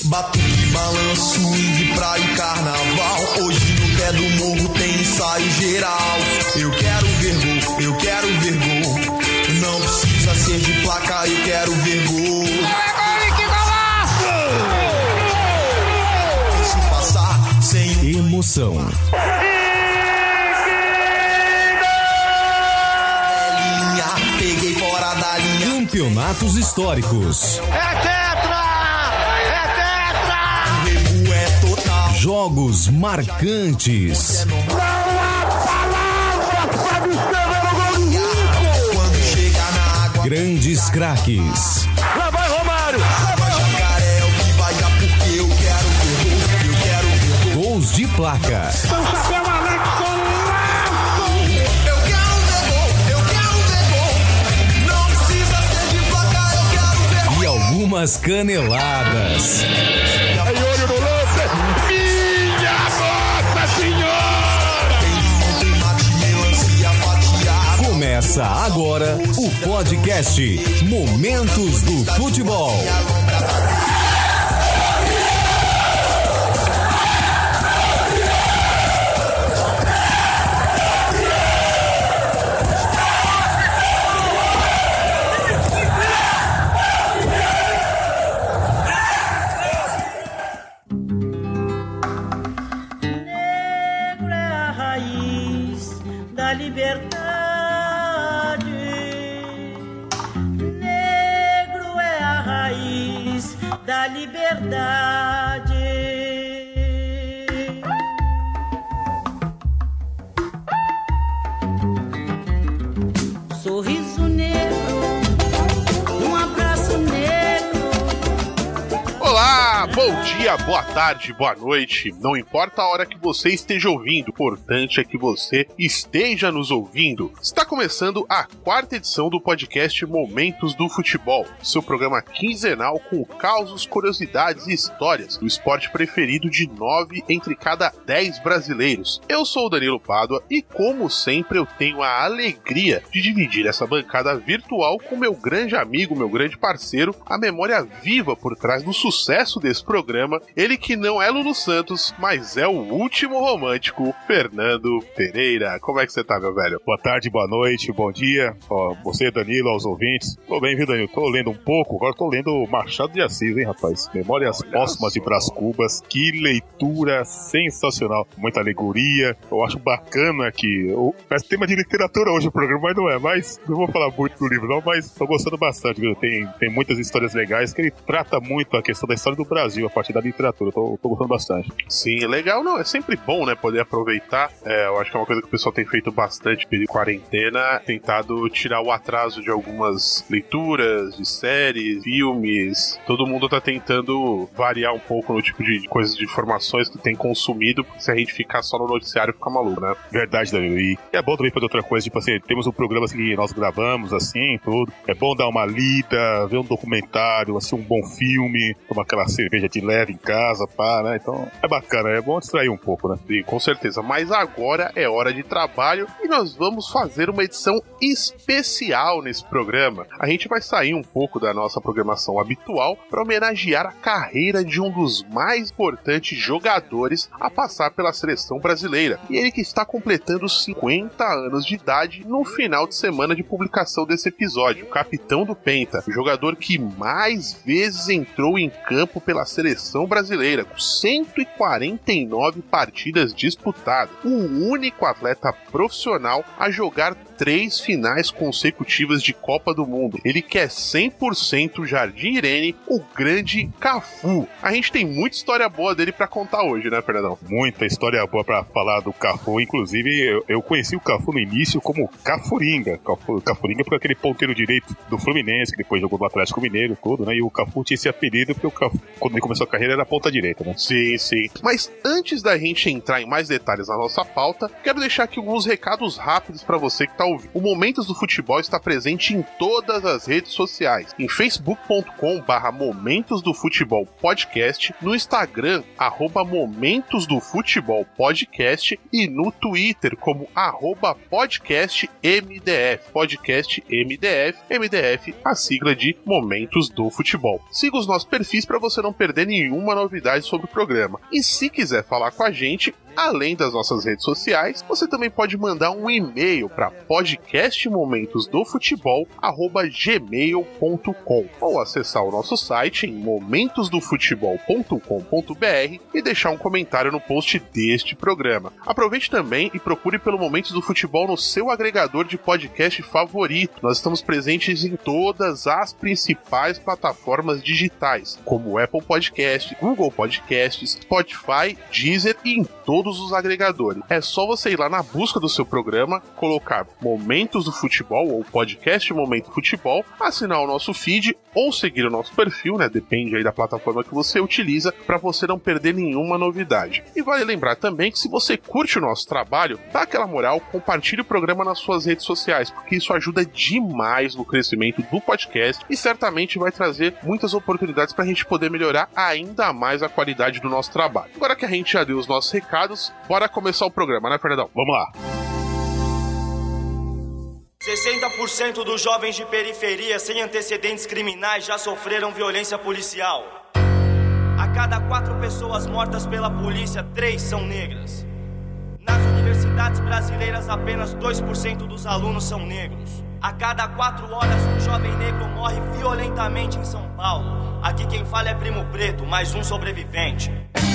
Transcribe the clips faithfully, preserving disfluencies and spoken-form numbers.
Batuque, balanço, swing, praia e carnaval. Hoje no pé do morro tem ensaio geral. Eu quero ver gol, eu quero ver gol. Não precisa ser de placa, eu quero ver gol. Que golaço! Deixa passar sem emoção. Peguei fora da linha. Campeonatos históricos. É tetra! É tetra! O rego é total. Jogos marcantes. Não há palavras para descrever o gol do Zico! Quando chega na água. Grandes craques. Lá vai Romário! Lá vai Jacaré é o que vai dar porque eu quero ver gol. Eu quero ver gol. Gols de placa. São Chapéu Alex Golaço! Eu quero ver gol. Eu quero ver gol. Não precisa ser de placa, eu quero ver gol. E algumas caneladas. É olho no lance! Minha Nossa Senhora! Tem limão, tem mate, melancia fatiada. Começa agora o podcast Momentos do Futebol. Negro é a raiz da liberdade. Negro é a raiz da liberdade. Sorriso negro, um abraço negro. Olá, bom dia, boa tarde, boa noite. Não importa a hora que você esteja ouvindo, o importante é que você esteja nos ouvindo. Está começando a quarta edição do podcast Momentos do Futebol, seu programa quinzenal com causos, curiosidades e histórias do esporte preferido de nove entre cada dez brasileiros. Eu sou o Danilo Pádua e, como sempre, eu tenho a alegria de dividir essa bancada virtual com meu grande amigo, meu grande parceiro, a memória viva por trás do sucesso desse programa, ele que não é Lulu Santos, mas é o último romântico, Fernando Pereira. Como é que você tá, meu velho? Boa tarde, boa noite, bom dia. Ó, você, Danilo, aos ouvintes. Tô bem, viu, Danilo? Tô lendo um pouco, agora tô lendo Machado de Assis, hein, rapaz? Memórias Olha Póstumas só. de Brás Cubas. Que leitura sensacional. Muita alegoria. Eu acho bacana que... Eu... Parece tema de literatura hoje o programa, mas não é. Mas não vou falar muito do livro, não, mas tô gostando bastante, viu? Tem, tem muitas histórias legais que ele trata muito a questão da história do Brasil, a partir da literatura. Tô, tô gostando bastante. Sim, legal, não, é sempre bom, né, poder aproveitar. É, eu acho que é uma coisa que o pessoal tem feito bastante período de quarentena, tentado tirar o atraso de algumas leituras, de séries, filmes. Todo mundo tá tentando variar um pouco no tipo de coisas, de informações que tem consumido, porque se a gente ficar só no noticiário fica maluco, né? Verdade, Danilo. E é bom também fazer outra coisa, tipo assim, temos um programa assim, que nós gravamos, assim, tudo. É bom dar uma lida, ver um documentário, assim, um bom filme, tomar aquela cerveja de leve em casa, pá, né? Então, é bacana, é bom distrair um pouco, né? Sim, com certeza. Mas agora é hora de trabalho e nós vamos fazer uma edição especial nesse programa. A gente vai sair um pouco da nossa programação habitual para homenagear a carreira de um dos mais importantes jogadores a passar pela seleção brasileira. E ele que está completando cinquenta anos de idade no final de semana de publicação desse episódio. O capitão do Penta, o jogador que mais vezes entrou em campo pela seleção brasileira, com cento e quarenta e nove partidas disputadas. O único atleta profissional a jogar três finais consecutivas de Copa do Mundo. Ele que é cem por cento Jardim Irene, o grande Cafu. A gente tem muita história boa dele pra contar hoje, né, Fernandão? Muita história boa pra falar do Cafu. Inclusive, eu, eu conheci o Cafu no início como Cafuringa. Cafu, Cafuringa porque aquele ponteiro direito do Fluminense, que depois jogou no Atlético Mineiro, tudo, né? E o Cafu tinha esse apelido porque o Cafu, quando ele começou a carreira, era ponta direita, né? Sim, sim. Mas antes da gente entrar em mais detalhes na nossa pauta, quero deixar aqui alguns recados rápidos pra você que tá ouvindo. O Momentos do Futebol está presente em todas as redes sociais. Em facebook ponto com barra Momentos do Futebol Podcast, no Instagram, arroba Momentos do Futebol Podcast e no Twitter como arroba podcast M D F. Podcast M D F, M D F, a sigla de Momentos do Futebol. Siga os nossos perfis para você não perder nenhuma novidade sobre o programa. E se quiser falar com a gente, além das nossas redes sociais, você também pode mandar um e-mail para podcastmomentosdofutebol arroba gmail ponto com ou acessar o nosso site em momentosdofutebol ponto com ponto br e deixar um comentário no post deste programa. Aproveite também e procure pelo Momentos do Futebol no seu agregador de podcast favorito. Nós estamos presentes em todas as principais plataformas digitais, como Apple Podcast, Google Podcasts, Spotify, Deezer e em todos os agregadores. É só você ir lá na busca do seu programa, colocar Momentos do Futebol ou Podcast Momento Futebol, assinar o nosso feed ou seguir o nosso perfil, né? Depende aí da plataforma que você utiliza, para você não perder nenhuma novidade. E vale lembrar também que se você curte o nosso trabalho, dá aquela moral, compartilhe o programa nas suas redes sociais, porque isso ajuda demais no crescimento do podcast e certamente vai trazer muitas oportunidades para a gente poder melhorar ainda mais a qualidade do nosso trabalho. Agora que a gente já deu os nossos recados, bora começar o programa, né, Fernandão? Vamos lá. sessenta por cento dos jovens de periferia sem antecedentes criminais já sofreram violência policial. A cada quatro pessoas mortas pela polícia, três são negras. Nas universidades brasileiras, apenas dois por cento dos alunos são negros. A cada quatro horas, um jovem negro morre violentamente em São Paulo. Aqui quem fala é Primo Preto, mais um sobrevivente.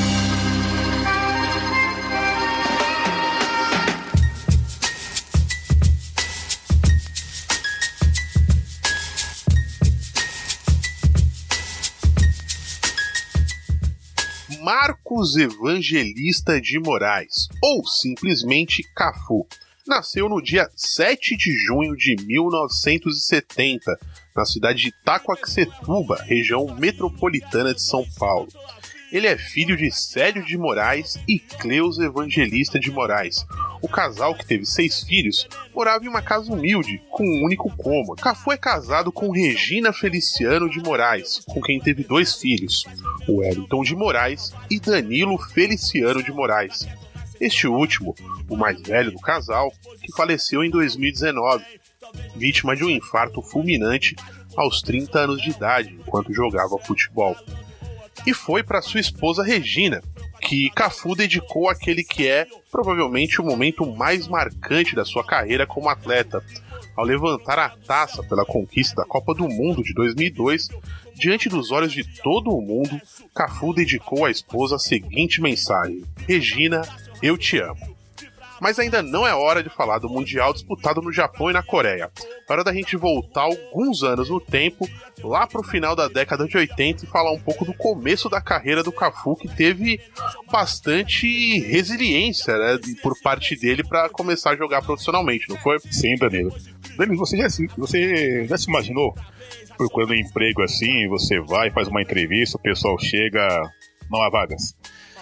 Marcos Evangelista de Moraes, ou simplesmente Cafu, nasceu no dia sete de junho de mil novecentos e setenta, na cidade de Itacoaxetuba, região metropolitana de São Paulo. Ele é filho de Célio de Moraes e Cleusa Evangelista de Moraes. O casal, que teve seis filhos, morava em uma casa humilde, com um único cômodo. Cafu é casado com Regina Feliciano de Moraes, com quem teve dois filhos, o Wellington de Moraes e Danilo Feliciano de Moraes. Este último, o mais velho do casal, que faleceu em dois mil e dezenove, vítima de um infarto fulminante aos trinta anos de idade, enquanto jogava futebol. E foi para sua esposa Regina, que Cafu dedicou àquele que é, provavelmente, o momento mais marcante da sua carreira como atleta, ao levantar a taça pela conquista da Copa do Mundo de dois mil e dois, diante dos olhos de todo o mundo, Cafu dedicou à esposa a seguinte mensagem: Regina, eu te amo. Mas ainda não é hora de falar do Mundial disputado no Japão e na Coreia. É hora da gente voltar alguns anos no tempo, lá pro final da década de oitenta, e falar um pouco do começo da carreira do Cafu, que teve bastante resiliência, né, por parte dele para começar a jogar profissionalmente, não foi? Sim, Danilo. Danilo, você já se, você já se imaginou procurando um emprego assim, você vai, faz uma entrevista, o pessoal chega, não há vagas.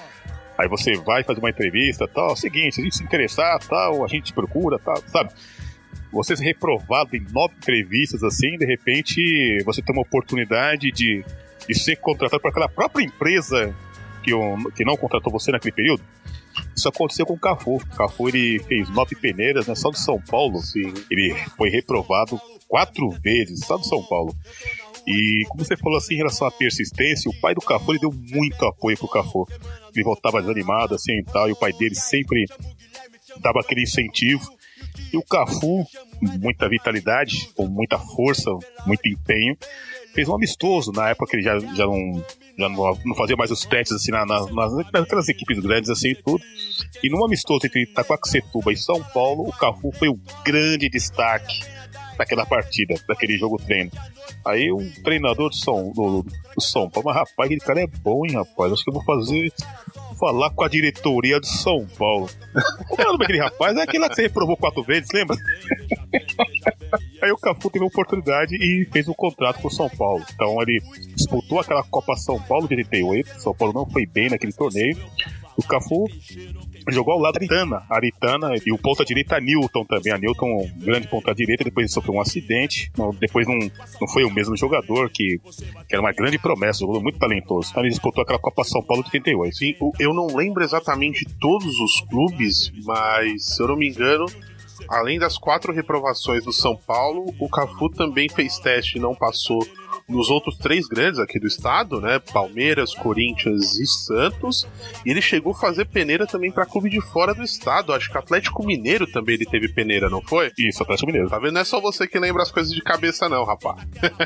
Aí você vai fazer uma entrevista, tal, é o seguinte, se a gente se interessar, tal, a gente procura, tal, sabe? Você ser reprovado em nove entrevistas, assim, de repente você tem uma oportunidade de, de ser contratado por aquela própria empresa que, que não contratou você naquele período. Isso aconteceu com o Cafu. O Cafu, ele fez nove peneiras, né, só de São Paulo. Sim. Ele foi reprovado quatro vezes, só de São Paulo. E como você falou assim em relação à persistência, o pai do Cafu, ele deu muito apoio pro Cafu. Ele voltava desanimado assim e tal, e o pai dele sempre dava aquele incentivo. E o Cafu, com muita vitalidade, com muita força, muito empenho, fez um amistoso. Na época ele já, já, não, já não, não fazia mais os testes assim, na, na, nas, naquelas equipes grandes assim e tudo. E num amistoso entre Itacoaxetuba e São Paulo, o Cafu foi o grande destaque daquela partida, daquele jogo treino. Aí o treinador do São, do, do São Paulo, mas rapaz, aquele cara é bom, hein, rapaz? Acho que eu vou fazer, vou falar com a diretoria do São Paulo. Como é o nome daquele rapaz? É aquele lá que você reprovou quatro vezes, lembra? Aí o Cafu teve a oportunidade e fez um contrato com o São Paulo. Então ele disputou aquela Copa São Paulo de oitenta e oito. São Paulo não foi bem naquele torneio. O Cafu jogou ao lado da Aritana, Aritana e o ponta-direita Newton também. A Newton, grande ponta-direita, depois ele sofreu um acidente. Não, depois não, não foi o mesmo jogador, que, que era uma grande promessa, jogador muito talentoso. Então ele disputou aquela Copa São Paulo de oitenta e oito. Sim, eu não lembro exatamente todos os clubes, mas se eu não me engano, além das quatro reprovações do São Paulo, o Cafu também fez teste e não passou nos outros três grandes aqui do estado, né? Palmeiras, Corinthians e Santos. E ele chegou a fazer peneira também para clube de fora do estado. Acho que Atlético Mineiro também ele teve peneira, não foi? Isso, Atlético Mineiro. Tá vendo? Não é só você que lembra as coisas de cabeça não, rapaz.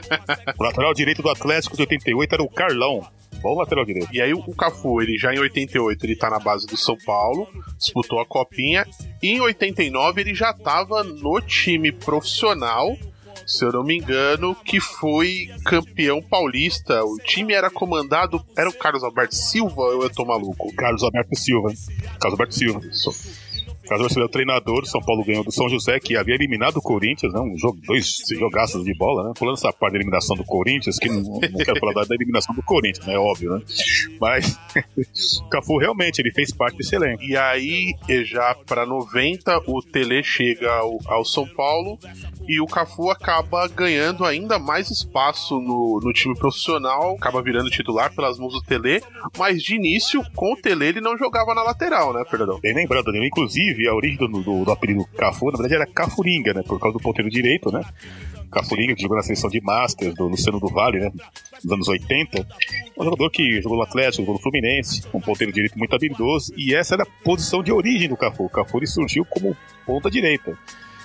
O lateral direito do Atlético de oitenta e oito era o Carlão. Bom lateral direito. E aí o Cafu, ele já em oitenta e oito, ele tá na base do São Paulo, disputou a Copinha. E em oitenta e nove ele já tava no time profissional, se eu não me engano, que foi campeão paulista. O time era comandado... Era o Carlos Alberto Silva ou eu tô maluco? Carlos Alberto Silva. Carlos Alberto Silva. Isso. Carlos Alberto Silva é o treinador. São Paulo ganhou do São José, que havia eliminado o Corinthians, né? Um jogo, dois jogaços de bola, né? Pulando essa parte da eliminação do Corinthians, que não, não quero falar da, da eliminação do Corinthians, né? Óbvio, né? Mas o Cafu realmente, ele fez parte desse elenco. E aí, já pra noventa, o Tele chega ao, ao São Paulo e o Cafu acaba ganhando ainda mais espaço no, no time profissional, acaba virando titular pelas mãos do Tele, mas de início, com o Tele, ele não jogava na lateral, né, Fernandão? Bem lembrado, Danilo. Inclusive, a origem do, do, do apelido Cafu, na verdade, era Cafuringa, né, por causa do ponteiro direito, né? Cafuringa, que jogou na seleção de Masters, do Luciano do Vale, né, nos anos oitenta. Um jogador que jogou no Atlético, jogou no Fluminense, um ponteiro direito muito habilidoso, e essa era a posição de origem do Cafu. O Cafu ele surgiu como ponta direita.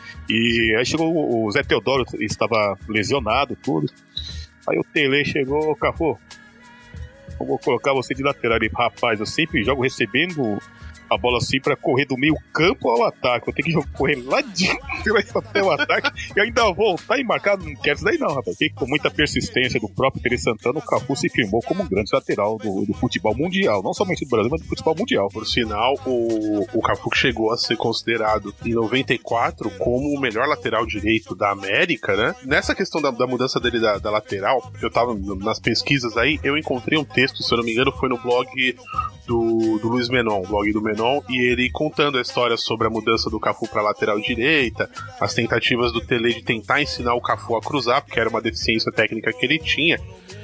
E aí chegou o Zé Teodoro, estava lesionado, tudo. Aí o Tele chegou, Cafu, eu vou colocar você de lateral. Ele, rapaz, eu sempre jogo recebendo a bola assim pra correr do meio campo ao ataque. Eu tenho que jogar, correr lá de até o ataque e ainda voltar e marcar. Não quero isso daí não, rapaz. Porque com muita persistência do próprio Tele Santana, o Cafu se firmou como um grande lateral do, do futebol mundial. Não somente do Brasil, mas do futebol mundial. Por sinal, o, o Cafu chegou a ser considerado em noventa e quatro como o melhor lateral direito da América, né? Nessa questão da, da mudança dele da, da lateral, eu tava nas pesquisas aí, eu encontrei um texto, se eu não me engano, foi no blog do, do Luiz Menon, blog do Menon, e ele contando a história sobre a mudança do Cafu para lateral direita, as tentativas do Tele de tentar ensinar o Cafu a cruzar, porque era uma deficiência técnica que ele tinha,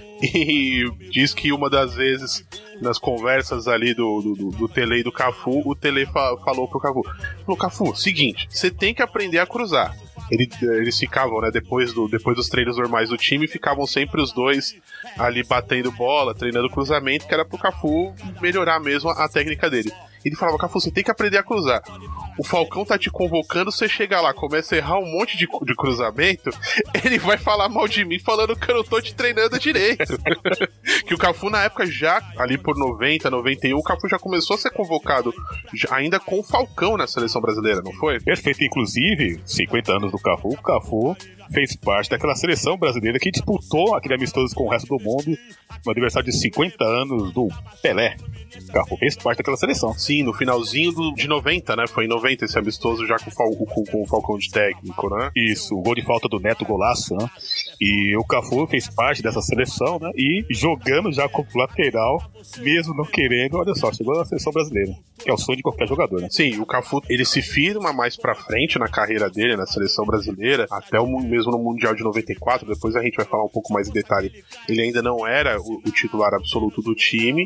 e diz que uma das vezes, nas conversas ali do, do, do Tele e do Cafu, o Tele fa- falou pro Cafu, falou, Cafu, seguinte, você tem que aprender a cruzar. Ele, eles ficavam, né, depois, do, depois dos treinos normais do time, ficavam sempre os dois ali batendo bola, treinando cruzamento, que era pro Cafu melhorar mesmo a, a técnica dele. Ele falava, Cafu, você tem que aprender a cruzar. O Falcão tá te convocando, você chega lá, começa a errar um monte de, de cruzamento, ele vai falar mal de mim falando que eu não tô te treinando direito. Que o Cafu na época já, ali por noventa, noventa e um, o Cafu já começou a ser convocado já, ainda com o Falcão na seleção brasileira, não foi? Perfeito, inclusive, cinquenta anos do Cafu, o Cafu fez parte daquela seleção brasileira que disputou aquele amistoso com o resto do mundo no aniversário de cinquenta anos do Pelé. O Cafu fez parte daquela seleção. Sim, no finalzinho do, de noventa, né? Foi em noventa esse amistoso já com, com, com o Falcão de técnico, né? Isso, o gol de falta do Neto, golaço, né? E o Cafu fez parte dessa seleção, né? E jogando já como lateral, mesmo não querendo, olha só, chegou na seleção brasileira, que é o sonho de qualquer jogador, né? Sim, o Cafu, ele se firma mais pra frente na carreira dele, na seleção brasileira, até o mesmo no Mundial de noventa e quatro, depois a gente vai falar um pouco mais em detalhe. Ele ainda não era o, o titular absoluto do time,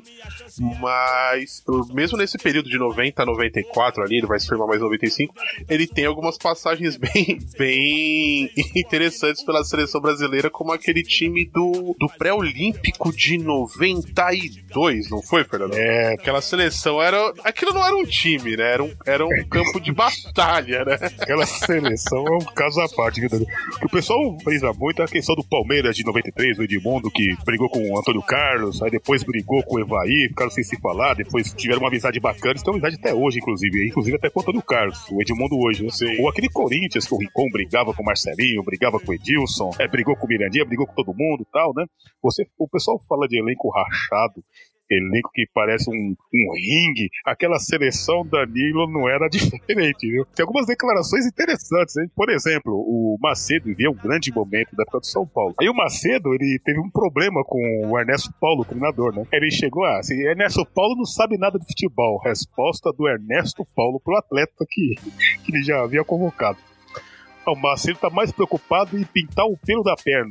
mas mesmo nesse período de noventa a noventa e quatro ali, ele vai se firmar mais em noventa e cinco, ele tem algumas passagens bem, bem interessantes pela seleção brasileira, como aquele time do, do pré-olímpico de noventa e dois, não foi, Fernando? É, aquela seleção era... Aquilo não era um time, né? Era um, era um campo de batalha, né? Aquela seleção é um caso à parte, viu, Daniel? O pessoal frisa muito a questão do Palmeiras de noventa e três, o Edmundo, que brigou com o Antônio Carlos, aí depois brigou com o Evaí, ficaram sem se falar, depois tiveram uma amizade bacana, estão amizade até hoje, inclusive, inclusive até com o Antônio Carlos, o Edmundo hoje, né? Sim. Ou aquele Corinthians que o Rincon brigava com o Marcelinho, brigava com o Edilson, é, brigou com o Mirandinha, brigou com todo mundo e tal, né? Você, o pessoal fala de elenco rachado, elenco que parece um, um ringue. Aquela seleção Danilo não era diferente, viu? Tem algumas declarações interessantes, hein? Por exemplo, o Macedo vivia um grande momento da época do São Paulo. Aí o Macedo, ele teve um problema com o Ernesto Paulo, o treinador, né? Ele chegou a, assim, Ernesto Paulo não sabe nada de futebol. Resposta do Ernesto Paulo pro atleta que, que ele já havia convocado. O Macedo tá mais preocupado em pintar o pelo da perna.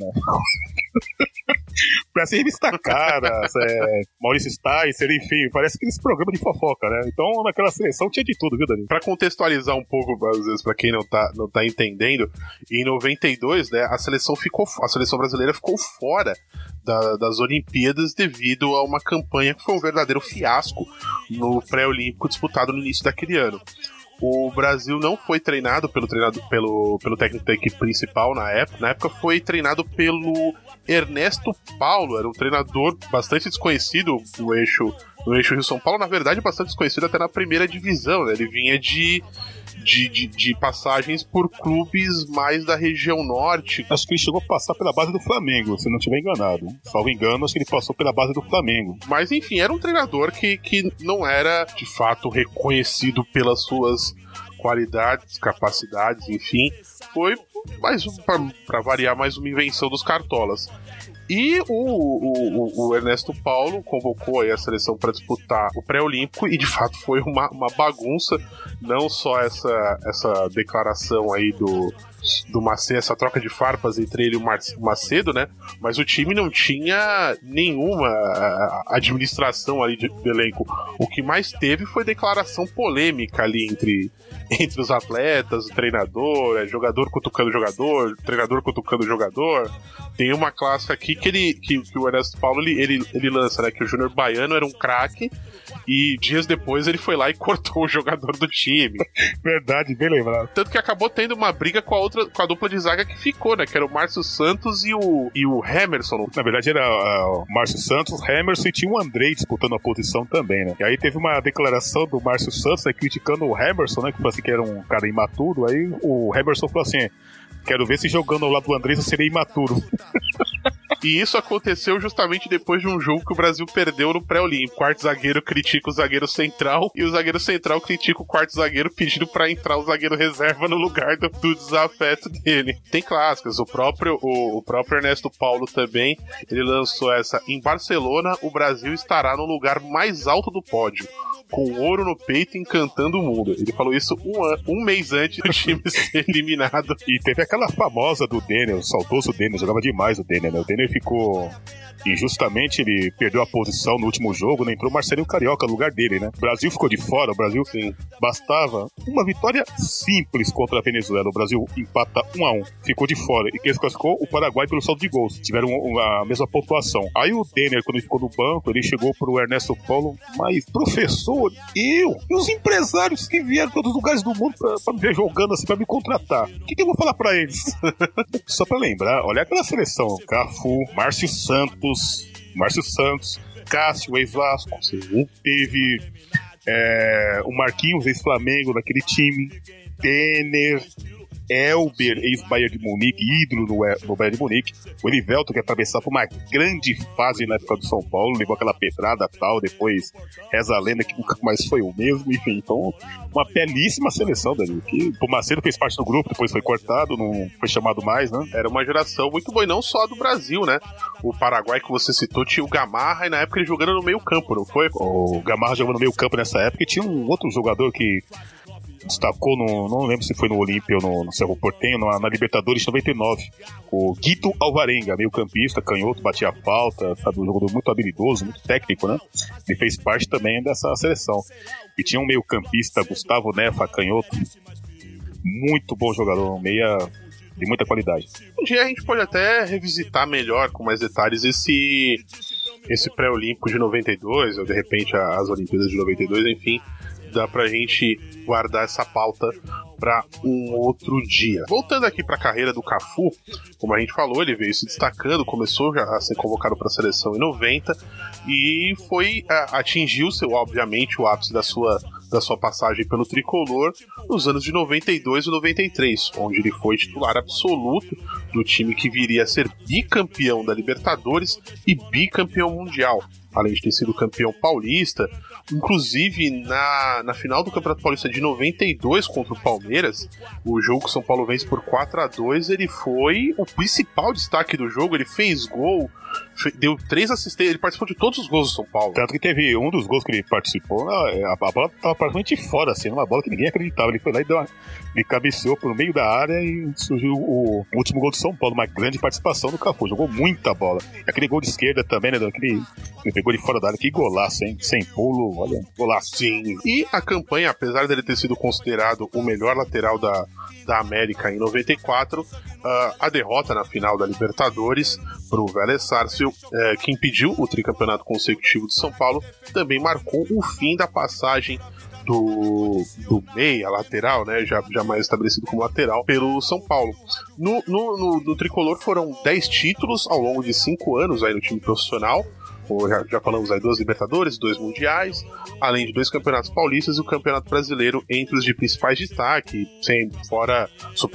Parece revista Caras, é, Maurício Sticer, enfim, parece aqueles programas de fofoca, né? Então, naquela seleção tinha de tudo, viu, Danilo? Pra contextualizar um pouco, às vezes, pra quem não tá, não tá entendendo, em noventa e dois, né, a seleção ficou, a seleção brasileira ficou fora da, das Olimpíadas devido a uma campanha que foi um verdadeiro fiasco no pré-olímpico disputado no início daquele ano. O Brasil não foi treinado pelo, treinador, pelo, pelo técnico da equipe principal na época. Na época foi treinado pelo Ernesto Paulo, era um treinador bastante desconhecido no eixo, no eixo Rio-São Paulo, na verdade bastante desconhecido até na primeira divisão, né? Ele vinha de, de, de, de passagens por clubes mais da região norte. Acho que ele chegou a passar pela base do Flamengo, se não estiver enganado. Salvo engano, acho que ele passou pela base do Flamengo. Mas enfim, era um treinador que, que não era de fato reconhecido pelas suas qualidades, capacidades, enfim. Foi mais um, para variar, mais uma invenção dos cartolas. E o, o, o Ernesto Paulo convocou aí a seleção para disputar o pré-olímpico e de fato foi uma, uma bagunça, não só essa, essa declaração aí do, do Macedo, essa troca de farpas entre ele e o Macedo, né? Mas o time não tinha nenhuma administração ali de, de elenco. O que mais teve foi declaração polêmica ali entre, entre os atletas, o treinador, é, jogador cutucando jogador, treinador cutucando jogador. Tem uma clássica aqui que, ele, que, que o Ernesto Paulo ele, ele, ele lança, né? Que o Júnior Baiano era um craque e dias depois ele foi lá e cortou o jogador do time. Verdade, bem lembrado. Tanto que acabou tendo uma briga com a outra, com a dupla de zaga que ficou, né? Que era o Márcio Santos e o, e o Hemerson. Na verdade era uh, o Márcio Santos, Hemerson e tinha o Andrei disputando a posição também, né? E aí teve uma declaração do Márcio Santos, né, criticando o Hemerson, né? Que falou assim que era um cara imaturo. Aí o Hemerson falou assim: quero ver se jogando ao lado do Andrés eu serei imaturo. E isso aconteceu justamente depois de um jogo que o Brasil perdeu no pré-olímpico. O quarto zagueiro critica o zagueiro central e o zagueiro central critica o quarto zagueiro pedindo pra entrar o zagueiro reserva no lugar do, do desafeto dele. Tem clássicas, o próprio, o, o próprio Ernesto Paulo também, ele lançou essa: em Barcelona o Brasil estará no lugar mais alto do pódio, com ouro no peito, encantando o mundo. Ele falou isso um, an- um mês antes do time ser eliminado. E teve aquela famosa do Denner, o saudoso Denner, jogava demais o Denner, né? O Denner ficou injustamente, ele perdeu a posição no último jogo, né? Entrou o Marcelinho Carioca no lugar dele, né? O Brasil ficou de fora, o Brasil Sim. bastava uma vitória simples contra a Venezuela. O Brasil empata um a um, ficou de fora. E quem se classificou? O Paraguai pelo saldo de gols. Tiveram a mesma pontuação. Aí o Denner, quando ele ficou no banco, ele chegou pro Ernesto Paulo: mas professor, eu e os empresários que vieram de todos os lugares do mundo pra, pra me ver jogando assim, pra me contratar, o que, que eu vou falar pra eles? Só pra lembrar, olha aquela seleção: Cafu, Márcio Santos, Márcio Santos, Cássio, ex-Vasco, teve é, o Marquinhos, ex-Flamengo, naquele time, Denner, Elber, ex-Bayern de Munique, ídolo no, no Bayern de Munique, o Elivelto, que atravessava uma grande fase na época do São Paulo, levou aquela pedrada e tal, depois reza a lenda que nunca mais foi o mesmo, enfim, então uma belíssima seleção, Danilo, que o Macedo fez parte do grupo, depois foi cortado, não foi chamado mais, né? Era uma geração muito boa, e não só do Brasil, né? O Paraguai que você citou tinha o Gamarra, e na época ele jogando no meio campo, não foi? O Gamarra jogando no meio campo nessa época, e tinha um outro jogador que destacou, no, não lembro se foi no Olímpia ou no, no Cerro Porteño, na, na Libertadores de noventa e nove. O Guito Alvarenga, meio campista, canhoto, batia falta, sabe, um jogador muito habilidoso, muito técnico, né? Ele fez parte também dessa seleção. E tinha um meio campista, Gustavo Nefa, canhoto, muito bom jogador, meia de muita qualidade. Um dia a gente pode até revisitar melhor, com mais detalhes, esse, esse pré-olímpico de noventa e dois, ou de repente as Olimpíadas de noventa e dois, enfim, dá pra gente guardar essa pauta para um outro dia. Voltando aqui para a carreira do Cafu, como a gente falou, ele veio se destacando, começou já a ser convocado para a seleção em noventa e foi a, atingiu seu, obviamente, o ápice da sua da sua passagem pelo tricolor nos anos de noventa e dois e noventa e três, onde ele foi titular absoluto do time que viria a ser bicampeão da Libertadores e bicampeão mundial, além de ter sido campeão paulista. Inclusive, na, na final do Campeonato Paulista de noventa e dois contra o Palmeiras, o jogo que o São Paulo vence por quatro a dois, ele foi o principal destaque do jogo. Ele fez gol, fe, deu três assistências, ele participou de todos os gols do São Paulo. Tanto que teve um dos gols que ele participou, a, a bola estava praticamente fora, assim, uma bola que ninguém acreditava. Ele foi lá e deu uma, ele cabeceou por meio da área e surgiu o, o último gol do São Paulo, uma grande participação do Cafu, jogou muita bola. Aquele gol de esquerda também, né, aquele, ele pegou de fora da área, que golaço, hein, sem pulo, olha, golaço. Sim. E a campanha, apesar dele ter sido considerado o melhor lateral da, da América em noventa e quatro, uh, a derrota na final da Libertadores para o Vélez Sarsfield, uh, que impediu o tricampeonato consecutivo de São Paulo, também marcou o fim da passagem do, do meia lateral, né, já, já mais estabelecido como lateral, pelo São Paulo. No, no, no, no tricolor foram dez títulos ao longo de cinco anos aí no time profissional. Já, já falamos aí, duas Libertadores, dois Mundiais, além de dois Campeonatos Paulistas e o Campeonato Brasileiro entre os de principais destaque, sem, fora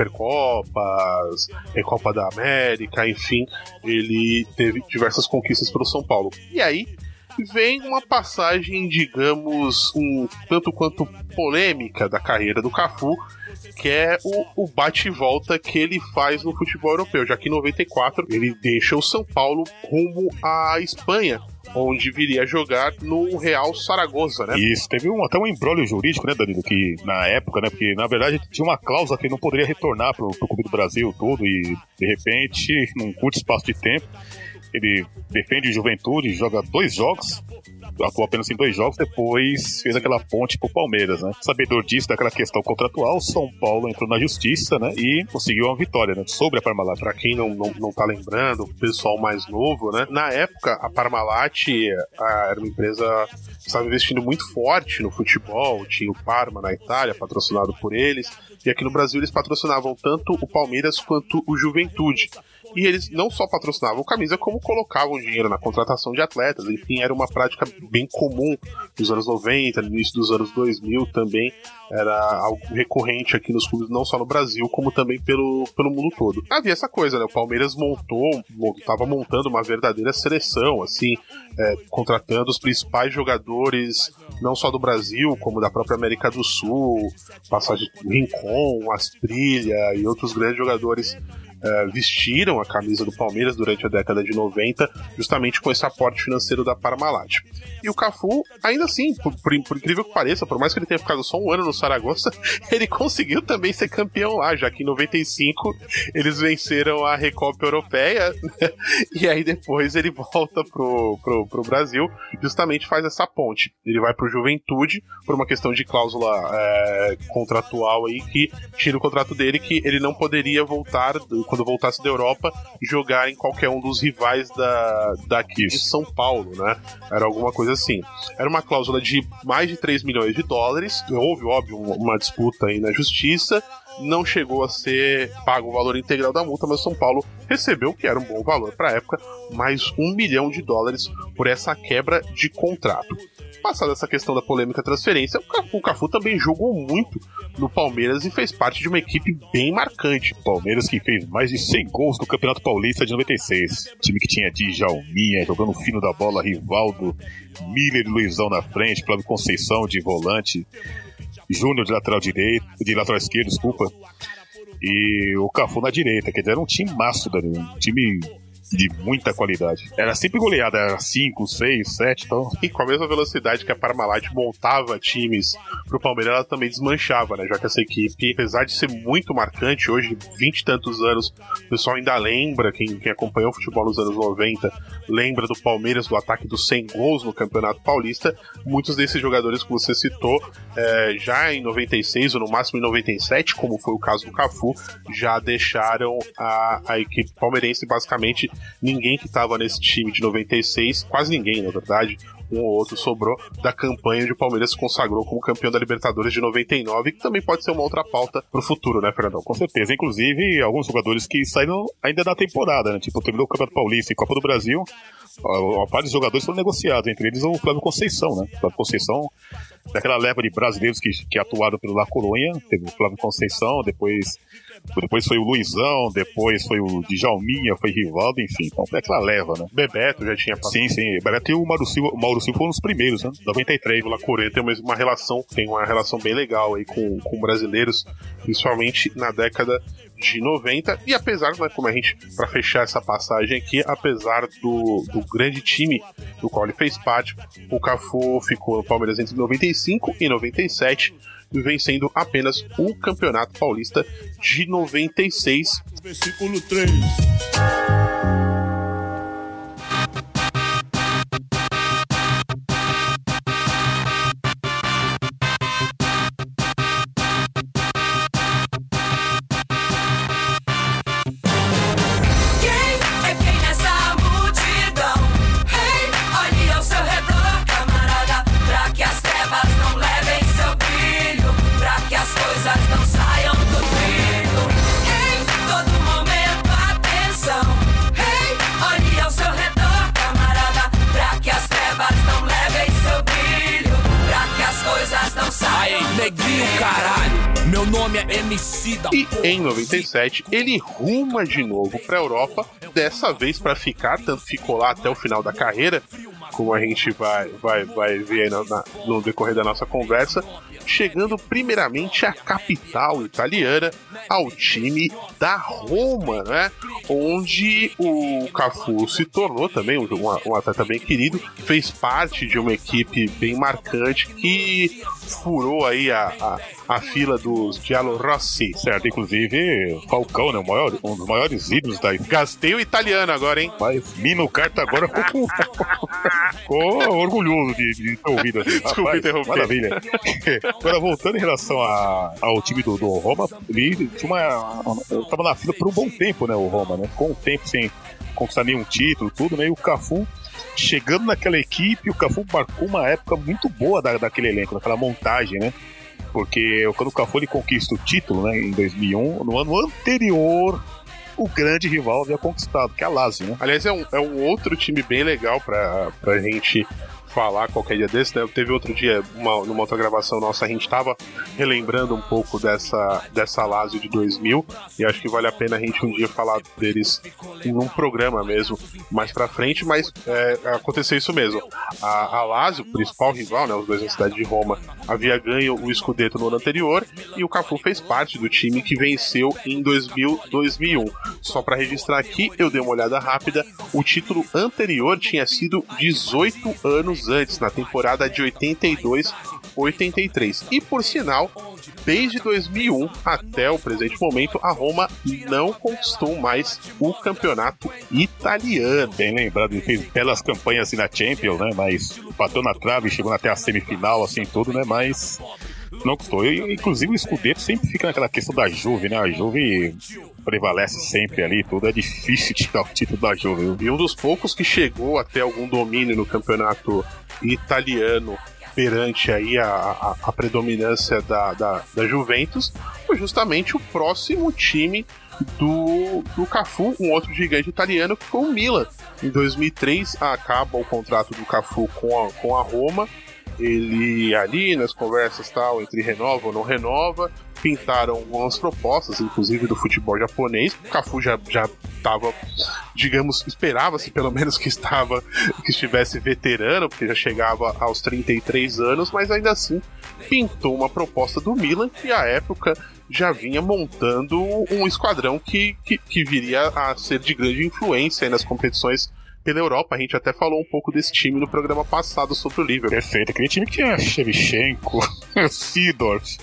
Supercopas, Recopa da América, enfim, ele teve diversas conquistas pelo São Paulo. E aí vem uma passagem, digamos, um tanto quanto polêmica da carreira do Cafu, que é o, o bate e volta que ele faz no futebol europeu, já que em noventa e quatro ele deixa o São Paulo rumo à Espanha, onde viria a jogar no Real Saragossa, né? Isso, teve um, até um embrólio jurídico, né, Danilo, que na época, né, porque na verdade tinha uma cláusula que ele não poderia retornar pro, pro Clube do Brasil todo, e de repente, num curto espaço de tempo, ele defende o Juventude, joga dois jogos, atuou apenas em dois jogos, depois fez aquela ponte pro Palmeiras, né? Sabedor disso, daquela questão contratual, o São Paulo entrou na justiça, né? E conseguiu uma vitória, né? Sobre a Parmalat. Pra quem não, não, não tá lembrando, o pessoal mais novo, né? Na época, a Parmalat a, era uma empresa que estava investindo muito forte no futebol, tinha o Parma na Itália, patrocinado por eles, e aqui no Brasil eles patrocinavam tanto o Palmeiras quanto o Juventude. E eles não só patrocinavam camisa, como colocavam dinheiro na contratação de atletas. Enfim, era uma prática bem comum nos anos noventa, no início dos anos dois mil também. Era algo recorrente aqui nos clubes, não só no Brasil, como também pelo, pelo mundo todo. Havia essa coisa, né? O Palmeiras montou, estava montando uma verdadeira seleção, assim, é, contratando os principais jogadores, não só do Brasil, como da própria América do Sul, passagem Rincon, Asprilla e outros grandes jogadores. Uh, vestiram a camisa do Palmeiras durante a década de noventa, justamente com esse aporte financeiro da Parmalat. E o Cafu, ainda assim, por, por, por incrível que pareça, por mais que ele tenha ficado só um ano no Saragossa, ele conseguiu também ser campeão lá, já que em noventa e cinco eles venceram a Recopa Europeia, né? E aí depois ele volta pro, pro, pro Brasil, justamente faz essa ponte. Ele vai pro Juventude, por uma questão de cláusula é, contratual aí, que tira o contrato dele, que ele não poderia voltar, quando voltasse da Europa, jogar em qualquer um dos rivais da, daqui de São Paulo, né? Era alguma coisa assim. Era uma cláusula de mais de três milhões de dólares. Houve, óbvio, uma disputa aí na justiça. Não chegou a ser pago o valor integral da multa, mas São Paulo recebeu, que era um bom valor para a época, mais um milhão de dólares por essa quebra de contrato. Passada essa questão da polêmica transferência, o Cafu também jogou muito no Palmeiras e fez parte de uma equipe bem marcante. Palmeiras que fez mais de cem gols no Campeonato Paulista de noventa e seis. Time que tinha Djalminha jogando fino da bola, Rivaldo, Miller e Luizão na frente, Flávio Conceição de volante, Júnior de lateral direito, de lateral esquerdo, desculpa, e o Cafu na direita. Quer dizer, era um time massa, um time de muita qualidade. Era sempre goleada, era cinco, seis, sete, então. E com a mesma velocidade que a Parmalat montava times pro Palmeiras, ela também desmanchava, né? Já que essa equipe, apesar de ser muito marcante, hoje, vinte e tantos anos, o pessoal ainda lembra, quem, quem acompanhou o futebol nos anos noventa, lembra do Palmeiras, do ataque dos cem gols no Campeonato Paulista. Muitos desses jogadores que você citou, é, já em noventa e seis, ou no máximo em noventa e sete, como foi o caso do Cafu, já deixaram a, a equipe palmeirense. Basicamente ninguém que estava nesse time de noventa e seis, quase ninguém, na verdade, um ou outro sobrou da campanha onde o Palmeiras se consagrou como campeão da Libertadores de noventa e nove, que também pode ser uma outra pauta pro futuro, né, Fernandão? Com certeza. Inclusive, alguns jogadores que saíram ainda na temporada, né? Tipo, terminou o Campeonato Paulista e Copa do Brasil, vários jogadores foram negociados, entre eles o Flávio Conceição, né? O Flávio Conceição daquela leva de brasileiros que, que atuaram pelo La Coruña. Teve o Flávio Conceição, depois, depois foi o Luizão, depois foi o Djalminha, foi Rivaldo, enfim. Então foi aquela leva, né? Bebeto já tinha passado. Sim, sim. Bebeto e o Mauro Silva, o Mauro Silva foram os primeiros, né? noventa e três. O La Coruña tem uma, uma relação, tem uma relação bem legal aí com, com brasileiros, principalmente na década de noventa, e apesar, né, como a gente, pra fechar essa passagem aqui, apesar do, do grande time do qual ele fez parte, o Cafu ficou no Palmeiras entre noventa e cinco e noventa e sete, vencendo apenas o Campeonato Paulista de noventa e seis. Versículo três. Neguinho, caralho, meu nome é M C da E em noventa e sete ele ruma de novo pra Europa, dessa vez pra ficar, tanto ficou lá até o final da carreira, como a gente vai, vai, vai ver aí na, na, no decorrer da nossa conversa, chegando primeiramente à capital italiana, ao time da Roma, né? Onde o Cafu se tornou também um, um atleta bem querido, fez parte de uma equipe bem marcante que furou aí a, a, a fila dos Giallorossi. Certo, inclusive Falcão, né? O maior, um dos maiores ídolos da... Gastei o italiano agora, hein? Mas Mino Carta agora ficou, ficou orgulhoso de, de ter ouvido assim. Desculpa interromper. Maravilha. Agora, voltando em relação a, ao time do, do Roma, ele tinha uma... Eu tava na fila por um bom tempo, né, o Roma, né? Ficou um tempo sem conquistar nenhum título, tudo, né? E o Cafu, chegando naquela equipe, o Cafu marcou uma época muito boa da, daquele elenco, daquela montagem, né? Porque quando o Cafu ele conquista o título, né, em dois mil e um, no ano anterior, o grande rival havia conquistado, que é a Lazio, né? Aliás, é um, é um outro time bem legal pra, pra gente falar qualquer dia desse, né? Teve outro dia, uma, numa outra gravação nossa, a gente tava relembrando um pouco dessa, dessa Lazio de dois mil, e acho que vale a pena a gente um dia falar deles em um programa mesmo, mais pra frente, mas é, aconteceu isso mesmo. A, a Lazio, principal rival, né, os dois na cidade de Roma, havia ganho o Scudetto no ano anterior, e o Cafu fez parte do time que venceu em dois mil, dois mil e um. Só pra registrar aqui, eu dei uma olhada rápida, o título anterior tinha sido dezoito anos antes, na temporada de oitenta e dois oitenta e três. E por sinal, desde dois mil e um até o presente momento, a Roma não conquistou mais o campeonato italiano. Bem lembrado, ele fez belas campanhas assim na Champions, né? Mas bateu na trave, chegou até a semifinal, assim, tudo, né? Mas não custou. Eu, inclusive o Scudetto sempre fica naquela questão da Juve, né? A Juve prevalece sempre ali, tudo é difícil tirar o título da Juve. E um dos poucos que chegou até algum domínio no campeonato italiano perante aí a, a, a predominância da, da, da Juventus foi justamente o próximo time do, do Cafu, um outro gigante italiano, que foi o Milan. Em dois mil e três acaba o contrato do Cafu com a, com a Roma. Ele ali nas conversas tal, entre renova ou não renova, pintaram algumas propostas, inclusive do futebol japonês. O Cafu já já estava, digamos, esperava-se pelo menos que estava que estivesse veterano, porque já chegava aos trinta e três anos, mas ainda assim pintou uma proposta do Milan, que à época já vinha montando um esquadrão que, que, que viria a ser de grande influência nas competições pela Europa. A gente até falou um pouco desse time no programa passado sobre o Liverpool. Perfeito, aquele time que tinha Shevchenko, Seedorf,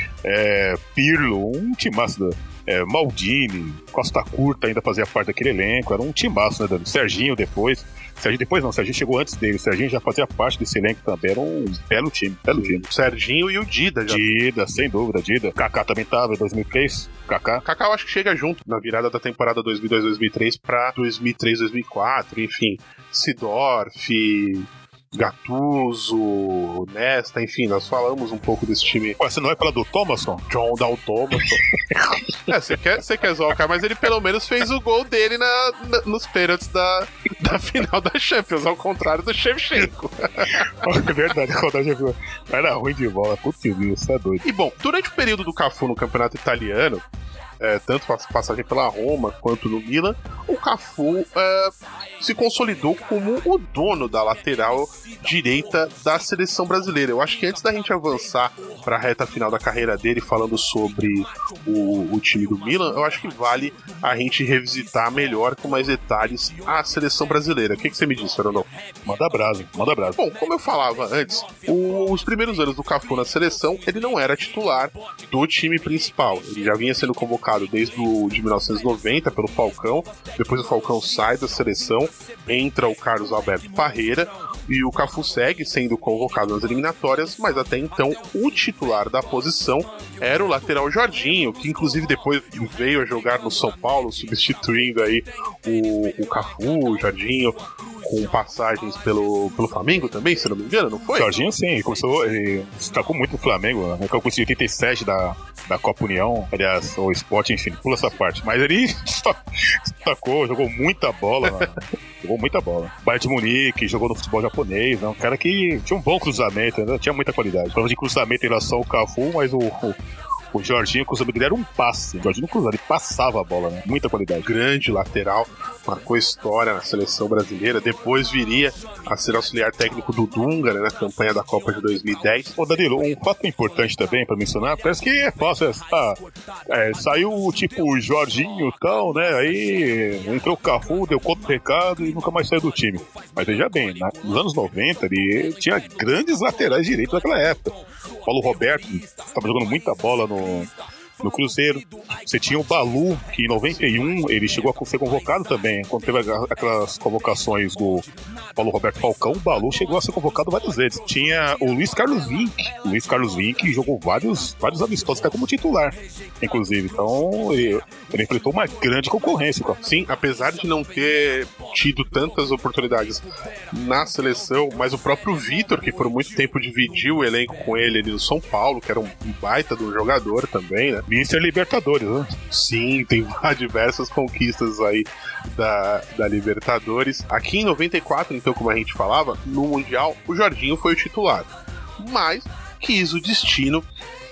é, Pirlo, um timaço, é, Maldini, Costa Curta ainda fazia parte daquele elenco, era um timaço, né, Dani? Serginho depois, Serginho depois não, Serginho chegou antes dele, Serginho já fazia parte desse elenco também, era um belo time, belo time. Serginho e o Dida já. Dida, sem dúvida, Dida. Kaká também tava em dois mil e três, Kaká. Kaká eu acho que chega junto na virada da temporada dois mil e dois, dois mil e três pra dois mil e três, dois mil e quatro, enfim, Seedorf, Gattuso, Nesta, enfim, nós falamos um pouco desse time. Ué, você não é pela do Thomasson? John Dal Thomasson. É, você quer, você quer zoar o cara, mas ele pelo menos fez o gol dele na, na, nos pênaltis da, da final da Champions, ao contrário do Shevchenko. É verdade, era ruim de bola, putz, isso é doido. E bom, durante o período do Cafu no campeonato italiano, É, tanto passagem pela Roma quanto no Milan, o Cafu é, se consolidou como o dono da lateral direita da seleção brasileira. Eu acho que antes da gente avançar para a reta final da carreira dele, falando sobre o, o time do Milan, eu acho que vale a gente revisitar melhor, com mais detalhes, a seleção brasileira. O que, que você me disse, Fernando? Manda brasa, manda brasa. Bom, como eu falava antes, o, os primeiros anos do Cafu na seleção, ele não era titular do time principal. Ele já vinha sendo convocado desde o, de mil novecentos e noventa pelo Falcão. Depois o Falcão sai da seleção, entra o Carlos Alberto Parreira e o Cafu segue sendo convocado nas eliminatórias, mas até então o titular da posição era o lateral Jorginho, que inclusive depois veio a jogar no São Paulo, substituindo aí o, o Cafu, o Jorginho, com passagens pelo, pelo Flamengo também, se não me engano, não foi? Jorginho, sim, ele começou, ele destacou muito no Flamengo, né? Que eu consegui oitenta e sete da, da Copa União, aliás, o Sport, enfim, pula essa parte. Mas ele destacou, jogou muita bola, né? Jogou muita bola. Bayern de Munique, jogou no futebol japonês, né? Um cara que tinha um bom cruzamento, né? Tinha muita qualidade. Falando de cruzamento em relação ao Cafu, mas o... o O Jorginho, o cruzamento dele era um passe. O Jorginho não cruzava, ele passava a bola, né? Muita qualidade. Grande lateral, marcou história na seleção brasileira. Depois viria a ser auxiliar técnico do Dunga, né, na campanha da Copa de dois mil e dez. Ô, Danilo, um fato importante também pra mencionar, parece que é fácil. É, ah, é, saiu tipo o Jorginho e tal, né? Aí entrou o Cafu, deu conta do recado e nunca mais saiu do time. Mas veja bem, na, nos anos noventa ele tinha grandes laterais direitos naquela época. Paulo Roberto estava jogando muita bola no, no Cruzeiro. Você tinha o Balu, que em noventa e um ele chegou a ser convocado também. Quando teve aquelas convocações do Paulo Roberto Falcão, o Balu chegou a ser convocado várias vezes. Tinha o Luiz Carlos Vinck. O Luiz Carlos Vinck jogou vários, vários amistosos, até como titular, inclusive. Então, ele, ele enfrentou uma grande concorrência. Sim, apesar de não ter tido tantas oportunidades na seleção, mas o próprio Vitor, que por muito tempo dividiu o elenco com ele ali no São Paulo, que era um baita do jogador também, né? mister Libertadores, né? Sim, tem diversas conquistas aí da, da Libertadores. Aqui em noventa e quatro, então, como a gente falava, no Mundial, o Jorginho foi o titular. Mas quis o destino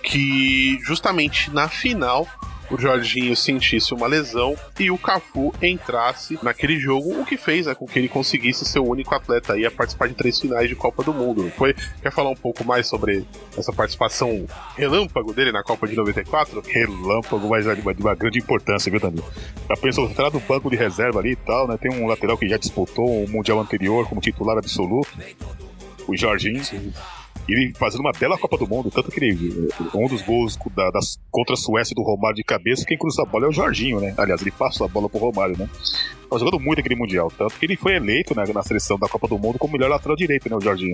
que justamente na final o Jorginho sentisse uma lesão e o Cafu entrasse naquele jogo, o que fez, né, com que ele conseguisse ser o único atleta aí a participar de três finais de Copa do Mundo, não foi? Quer falar um pouco mais sobre essa participação relâmpago dele na Copa de noventa e quatro? Relâmpago, mas de uma, de uma grande importância, viu, Danilo? Já pensou, você entrar no banco de reserva ali e tal, né? Tem um lateral que já disputou o Mundial anterior como titular absoluto, o Jorginho. Sim. Ele fazendo uma bela Copa do Mundo, tanto que ele, um dos gols da, das, contra a Suécia do Romário de cabeça, quem cruza a bola é o Jorginho, né? Aliás, ele passa a bola pro Romário, né? Tá jogando muito aquele Mundial, tanto que ele foi eleito, né, na seleção da Copa do Mundo como melhor lateral direito, né, o Jorginho.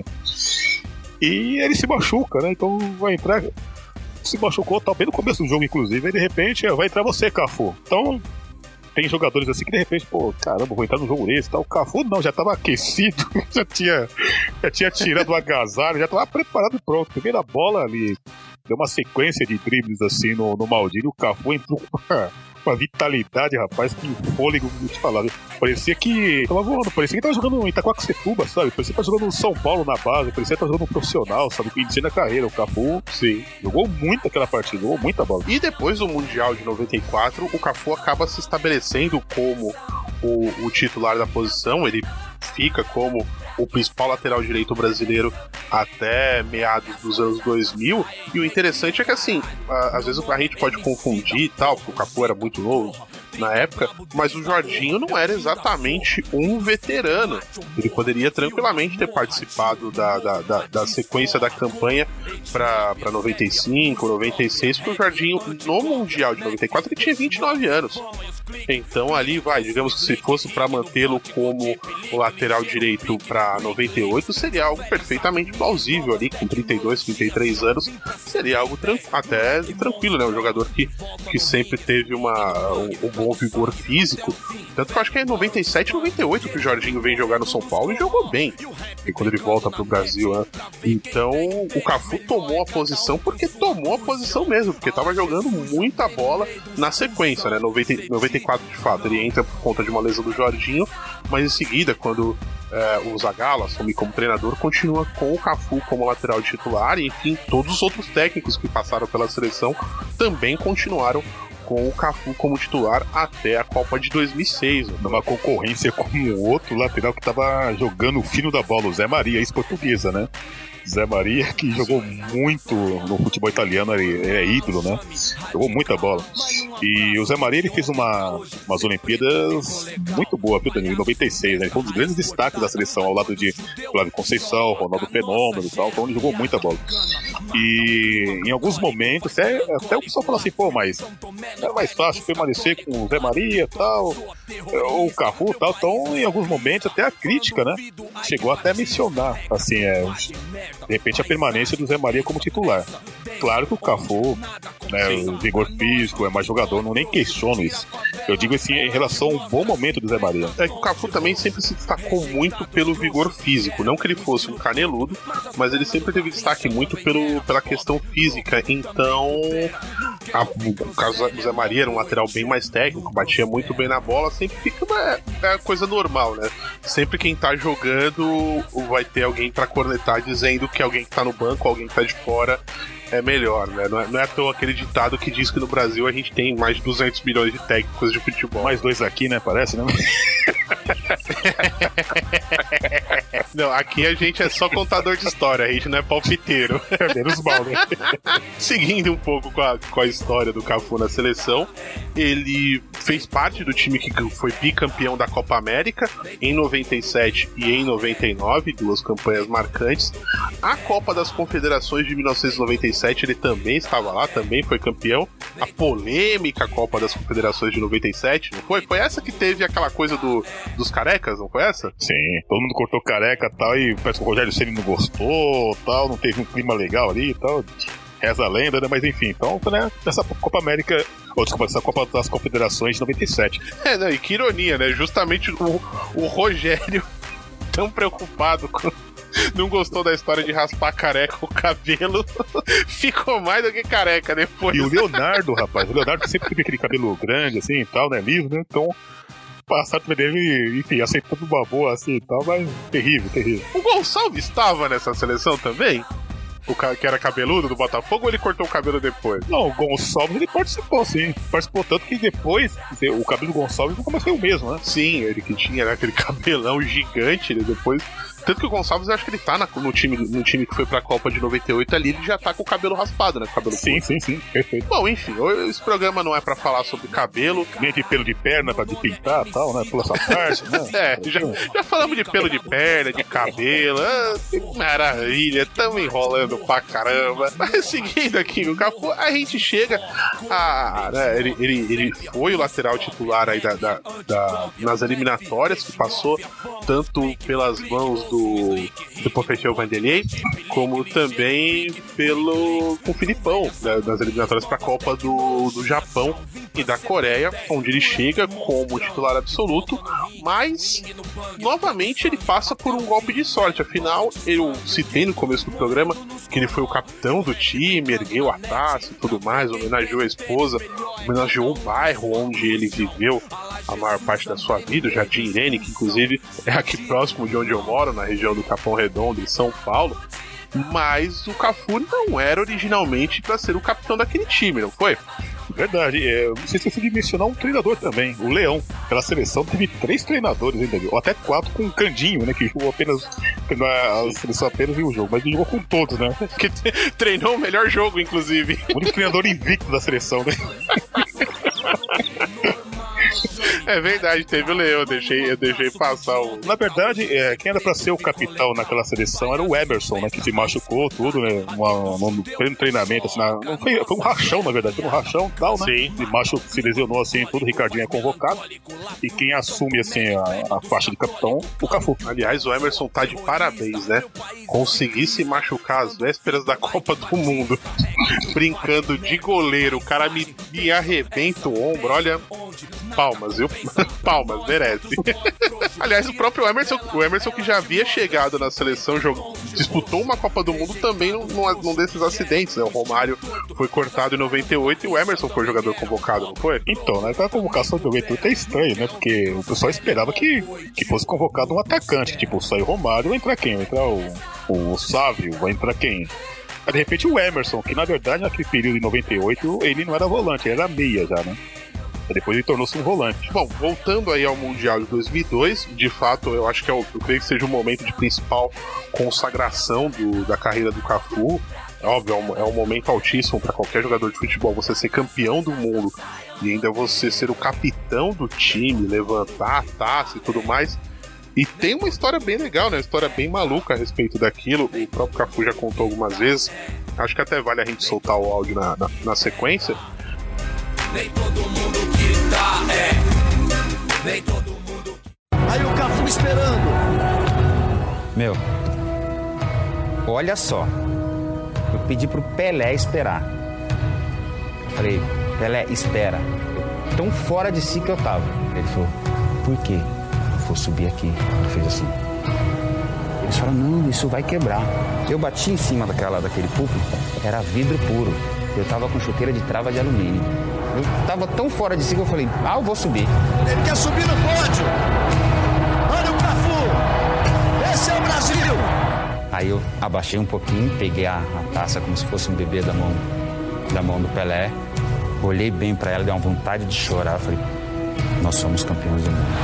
E ele se machuca, né? Então vai entrar... Se machucou, tá bem no começo do jogo, inclusive, e de repente vai entrar você, Cafu. Então... Tem jogadores assim que de repente, pô, caramba, vou entrar no jogo desse e tal. O Cafu não, já tava aquecido, já tinha, já tinha tirado o agasalho, já tava preparado e pronto. Primeira bola ali, deu uma sequência de dribles assim no, no Maldini. O Cafu entrou com uma, uma vitalidade, rapaz, que fôlego, vou te falar. Parecia que tava voando, parecia que tava jogando em Itaquaquecetuba, sabe? Parecia que tava jogando no São Paulo na base, parecia que tava jogando no profissional, sabe? Que inicia na carreira. O Cafu, sim, jogou muito aquela partida, jogou muita bola. E depois do Mundial de noventa e quatro, o Cafu acaba se estabelecendo como o, o titular da posição. Ele fica como o principal lateral direito brasileiro até meados dos anos dois mil, e o interessante é que, assim, a, às vezes a gente pode confundir e tal, porque o Cafu era muito novo na época, mas o Jorginho não era exatamente um veterano. Ele poderia tranquilamente ter participado da, da, da, da sequência da campanha para noventa e cinco, noventa e seis, porque o Jorginho no Mundial de noventa e quatro ele tinha vinte e nove anos. Então ali vai, digamos que se fosse para mantê-lo como o lateral direito para noventa e oito, seria algo perfeitamente plausível ali, com trinta e dois, trinta e três anos, seria algo tran- até tranquilo, né? Um jogador que, que sempre teve uma, um, um bom com o vigor físico. Tanto que eu acho que é em noventa e sete, noventa e oito que o Jorginho vem jogar no São Paulo e jogou bem. E quando ele volta pro Brasil, né? Então o Cafu tomou a posição porque tomou a posição mesmo, porque tava jogando muita bola na sequência, né? noventa, noventa e quatro de fato, ele entra por conta de uma lesão do Jorginho, mas em seguida, quando é, o Zagallo assume como treinador, continua com o Cafu como lateral titular, e enfim, todos os outros técnicos que passaram pela seleção também continuaram com o Cafu como titular até a Copa de dois mil e seis. Numa concorrência com o outro lateral que tava jogando o fino da bola, o Zé Maria, ex-portuguesa, né? Zé Maria, que jogou muito no futebol italiano, ele é ídolo, né? Jogou muita bola. E o Zé Maria, ele fez uma, umas Olimpíadas muito boas, viu, Danilo? Em noventa e seis, né? Ele foi um dos grandes destaques da seleção, ao lado de Flávio Conceição, Ronaldo Fenômeno e tal, então ele jogou muita bola. E em alguns momentos, até, até o pessoal fala assim, pô, mas é mais fácil permanecer com o Zé Maria e tal, ou o Cafu e tal, então em alguns momentos até a crítica, né? Chegou até a mencionar, assim, é... de repente a permanência do Zé Maria como titular. Claro que o Cafu, né, o vigor físico, é mais jogador, não nem questiono isso. Eu digo assim em relação ao bom momento do Zé Maria. É que o Cafu também sempre se destacou muito pelo vigor físico. Não que ele fosse um caneludo, mas ele sempre teve destaque muito pelo, pela questão física. Então, a, o caso do Zé Maria era um lateral bem mais técnico, batia muito bem na bola, sempre fica uma, é coisa normal, né? Sempre quem tá jogando vai ter alguém pra cornetar dizendo que alguém que tá no banco, alguém que tá de fora é melhor, né? Não é, não é à toa aquele ditado que diz que no Brasil a gente tem mais de duzentos milhões de técnicos de futebol. Mais dois aqui, né? Parece, né? Não, aqui a gente é só contador de história, a gente não é palpiteiro. É menos mal, né? Seguindo um pouco com a, com a história do Cafu na seleção, ele fez parte do time que foi bicampeão da Copa América em noventa e sete e em noventa e nove, duas campanhas marcantes. A Copa das Confederações de mil novecentos e noventa e sete ele também estava lá, também foi campeão. A polêmica Copa das Confederações de noventa e sete, não foi? Foi essa que teve aquela coisa do, dos carecas, não foi essa? Sim, todo mundo cortou careca e tal, e parece que o Rogério Ceni não gostou, tal, não teve um clima legal ali e tal. Reza a lenda, né? Mas enfim, então, né, essa Copa América, ou desculpa, essa Copa das Confederações de noventa e sete. É, não, e que ironia, né? Justamente o, o Rogério, tão preocupado com... não gostou da história de raspar careca o cabelo, ficou mais do que careca depois. E o Leonardo, rapaz, o Leonardo sempre teve aquele cabelo grande, assim, e tal, né, liso, né, então... Passado dele, enfim, aceitando uma boa assim e tal, mas terrível, terrível. O Gonçalves estava nessa seleção também? O cara que era cabeludo do Botafogo, ou ele cortou o cabelo depois? Não, o Gonçalves ele participou, sim. Participou tanto que depois o cabelo do Gonçalves nunca mais foi o mesmo, né? Sim, ele que tinha, né, aquele cabelão gigante, né, depois... Tanto que o Gonçalves, eu acho que ele tá na, no, time, no time que foi pra Copa de noventa e oito ali, ele já tá com o cabelo raspado, né? Com o cabelo sim, sim, sim, perfeito. Bom, enfim, esse programa não é pra falar sobre cabelo. Nem de pelo de perna pra depintar e tal, né? Pula essa parte, né? É, já, já falamos de pelo de perna, de cabelo. Ah, que maravilha, tamo enrolando pra caramba. Mas seguindo aqui no Cafu, a gente chega a. Né, ele, ele, ele foi o lateral titular aí da, da, da, nas eliminatórias, que passou tanto pelas mãos do. Do, do professor Vanderlei, como também pelo com o Filipão, né, das eliminatórias para a Copa do, do Japão e da Coreia, onde ele chega como titular absoluto, mas novamente ele passa por um golpe de sorte. Afinal, eu citei no começo do programa que ele foi o capitão do time, ergueu a taça e tudo mais, homenageou a esposa, homenageou o bairro onde ele viveu a maior parte da sua vida, o Jardim Irene, que inclusive é aqui próximo de onde eu moro, na região do Capão Redondo, em São Paulo. Mas o Cafu não era originalmente para ser o capitão daquele time, não foi? Verdade, é, não sei se eu consegui mencionar um treinador também, o Leão. Pela seleção teve três treinadores ainda, ou até quatro com o Candinho, né, que jogou apenas, a seleção apenas em um jogo, mas ele jogou com todos, né? Que treinou o melhor jogo, inclusive. O único treinador invicto da seleção, né? É verdade, teve o Leão, eu deixei, eu deixei passar o... Na verdade, é, quem era pra ser o capitão naquela seleção era o Emerson, né, que se machucou tudo, né, no treinamento, assim, na, não foi, foi um rachão, na verdade, foi um rachão e tal, né? Sim. E macho se lesionou assim, tudo, o Ricardinho é convocado, e quem assume, assim, a, a faixa de capitão, o Cafu. Aliás, o Emerson tá de parabéns, né? Conseguir se machucar às vésperas da Copa do Mundo. brincando de goleiro, o cara me, me arrebenta o ombro, olha, palmas, viu? Palmas, merece. Aliás, o próprio Emerson, o Emerson que já havia chegado na seleção, jogou, disputou uma Copa do Mundo também num, num desses acidentes, né? O Romário foi cortado em noventa e oito e o Emerson foi jogador convocado, não foi? Então, né, a convocação de noventa e oito é estranho, né? Porque o pessoal esperava que, que fosse convocado um atacante, tipo, sai o Romário, vai entrar quem? Vai entrar o, o Sávio, vai entrar quem? Aí, de repente o Emerson, que na verdade naquele período de noventa e oito ele não era volante, ele era meia já, né? Depois ele tornou-se um volante. Bom, voltando aí ao Mundial de dois mil e dois, de fato, eu acho que é o, eu creio que seja o momento de principal consagração do, da carreira do Cafu. É óbvio, é um, é um momento altíssimo para qualquer jogador de futebol, você ser campeão do mundo e ainda você ser o capitão do time, levantar a taça e tudo mais. E tem uma história bem legal, né? Uma história bem maluca a respeito daquilo. O próprio Cafu já contou algumas vezes. Acho que até vale a gente soltar o áudio na, na, na sequência. Nem todo mundo que tá, é. Nem todo mundo. Aí o Cafu esperando. Meu, olha só. Eu pedi pro Pelé esperar. Eu falei, Pelé, espera. Eu, tão fora de si que eu tava. Ele falou, por quê? Eu vou subir aqui. Ele fez assim. Eles falaram, não, isso vai quebrar. Eu bati em cima daquela, daquele púlpito, era vidro puro. Eu tava com chuteira de trava de alumínio. Eu tava tão fora de si que eu falei, ah, eu vou subir. Ele quer subir no pódio. Olha o Cafu. Esse é o Brasil. Aí eu abaixei um pouquinho, peguei a, a taça como se fosse um bebê da mão, da mão do Pelé. Olhei bem pra ela, dei uma vontade de chorar. Falei, nós somos campeões do mundo.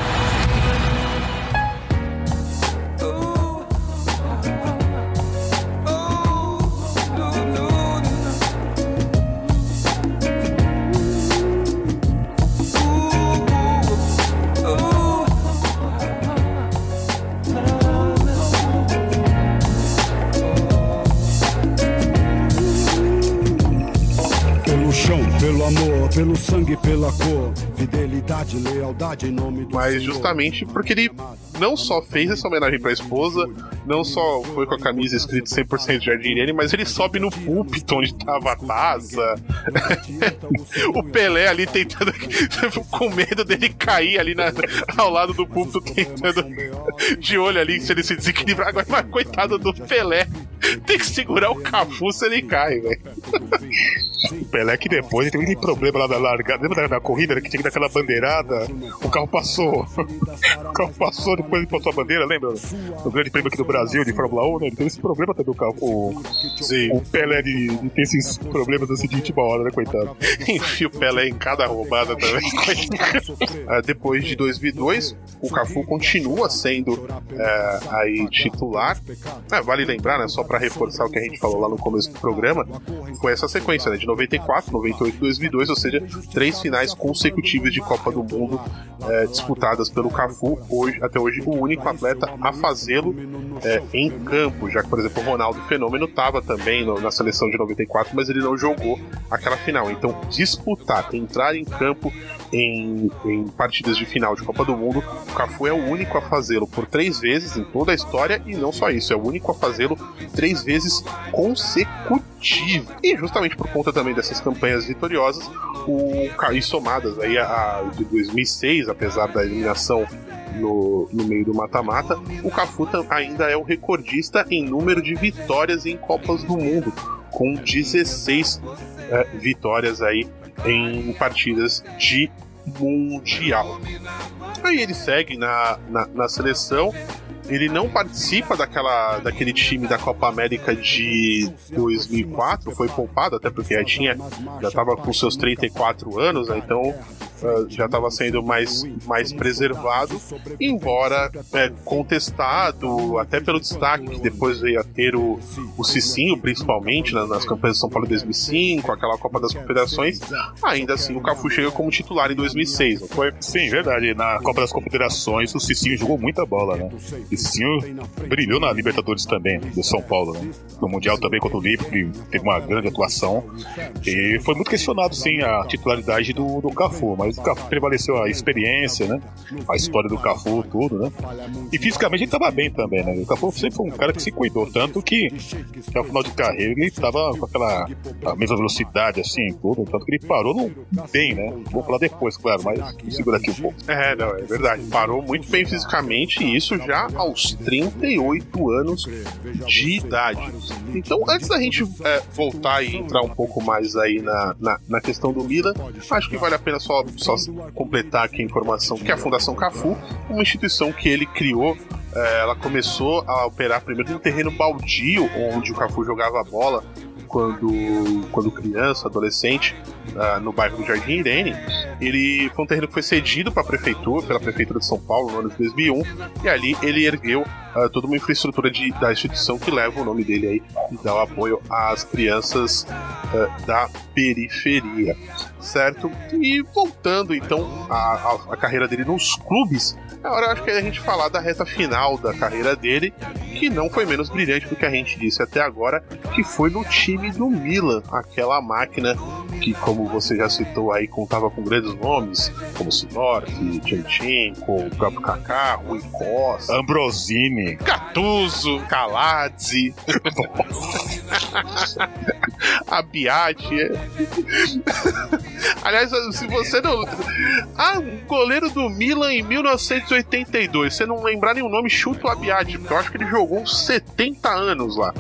Pelo sangue, pela cor, fidelidade, lealdade em nome do Mas justamente porque ele não só fez essa homenagem pra esposa, não só foi com a camisa escrito cem por cento Jardim Irene, mas ele sobe no púlpito onde tava a taça. O Pelé ali tentando, com medo dele cair ali na, ao lado do púlpito, tentando de olho ali, se ele se desequilibrar. Agora, mas coitado do Pelé, tem que segurar o Cafu se ele cai, velho. O Pelé que depois teve aquele problema lá da largada. Lembra da, da corrida, né, que tinha que dar aquela bandeirada? O carro passou. O carro passou, depois ele passou a bandeira, lembra? No grande prêmio aqui do Brasil de Fórmula um, né? Ele teve esse problema também, o carro. O, o Pelé de, de ter esses problemas assim de última hora, né, coitado? Enfia o Pelé em cada roubada também, coitado. Depois de dois mil e dois, o Cafu continua sendo é, aí titular. É, vale lembrar, né, só pra reforçar o que a gente falou lá no começo do programa, foi essa sequência, né, de noventa e quatro, noventa e oito e dois mil e dois, ou seja, três finais consecutivas de Copa do Mundo é, disputadas pelo Cafu, hoje, até hoje o único atleta a fazê-lo é, em campo, já que, por exemplo, o Ronaldo Fenômeno estava também no, na seleção de noventa e quatro, mas ele não jogou aquela final. Então, disputar, entrar em campo em, em partidas de final de Copa do Mundo, o Cafu é o único a fazê-lo por três vezes em toda a história, e não só isso, é o único a fazê-lo três vezes consecutivas. E justamente por conta também dessas campanhas vitoriosas, o, e somadas aí a, a de dois mil e seis, apesar da eliminação no, no meio do mata-mata, o Cafu ainda é o recordista em número de vitórias em Copas do Mundo, com dezesseis é, vitórias aí em partidas de Mundial. Aí ele segue na, na, na seleção. Ele não participa daquela, daquele time da Copa América de dois mil e quatro, foi poupado, até porque já tinha, já estava com seus trinta e quatro anos, né, então uh, já estava sendo mais, mais preservado, embora é, contestado até pelo destaque que depois veio a ter o, o Cicinho, principalmente nas, nas campanhas de São Paulo em dois mil e cinco, aquela Copa das Confederações. Ainda assim o Cafu chega como titular em dois mil e seis, não foi? Sim, verdade, na Copa das Confederações o Cicinho jogou muita bola, né? O Cicinho brilhou na Libertadores também, do São Paulo, né? No Mundial também contra o Liverpool, teve uma grande atuação. E foi muito questionado, sim, a titularidade do, do Cafu, mas Mas o Cafu prevaleceu a experiência, né? A história do Cafu, tudo, né? E fisicamente ele tava bem também, né? O Cafu sempre foi um cara que se cuidou, tanto que até o final de carreira ele tava com aquela a mesma velocidade, assim, tudo, tanto que ele parou no, bem, né? Vou falar depois, claro, mas segura aqui um pouco. É, não, é verdade. Parou muito bem fisicamente e isso já aos trinta e oito anos de idade. Então, antes da gente é, voltar e entrar um pouco mais aí na, na, na questão do Milan, acho que vale a pena só, só completar aqui a informação que a Fundação Cafu, uma instituição que ele criou, é, ela começou a operar primeiro num terreno baldio, onde o Cafu jogava bola quando, quando criança, adolescente, uh, no bairro do Jardim Irene. Ele foi um terreno que foi cedido para a prefeitura, pela prefeitura de São Paulo no ano de dois mil e um, e ali ele ergueu uh, toda uma infraestrutura de, da instituição que leva o nome dele aí e dá o apoio às crianças uh, da periferia, certo? E voltando então a, a, a carreira dele nos clubes, é hora, acho que a gente falar da reta final da carreira dele, que não foi menos brilhante do que a gente disse até agora, que foi no time do Milan, aquela máquina que, como você já citou aí, contava com grandes nomes, como Sidorf, Tchevchenko, o próprio Kaká, Rui Costa, Ambrosini, Gattuso, Calazzi, Abbiati. Aliás, se você não... Ah, um goleiro do Milan em mil novecentos e oitenta e dois. Se não lembrar nenhum nome, chuta o Abbiati, porque eu acho que ele jogou uns setenta anos lá.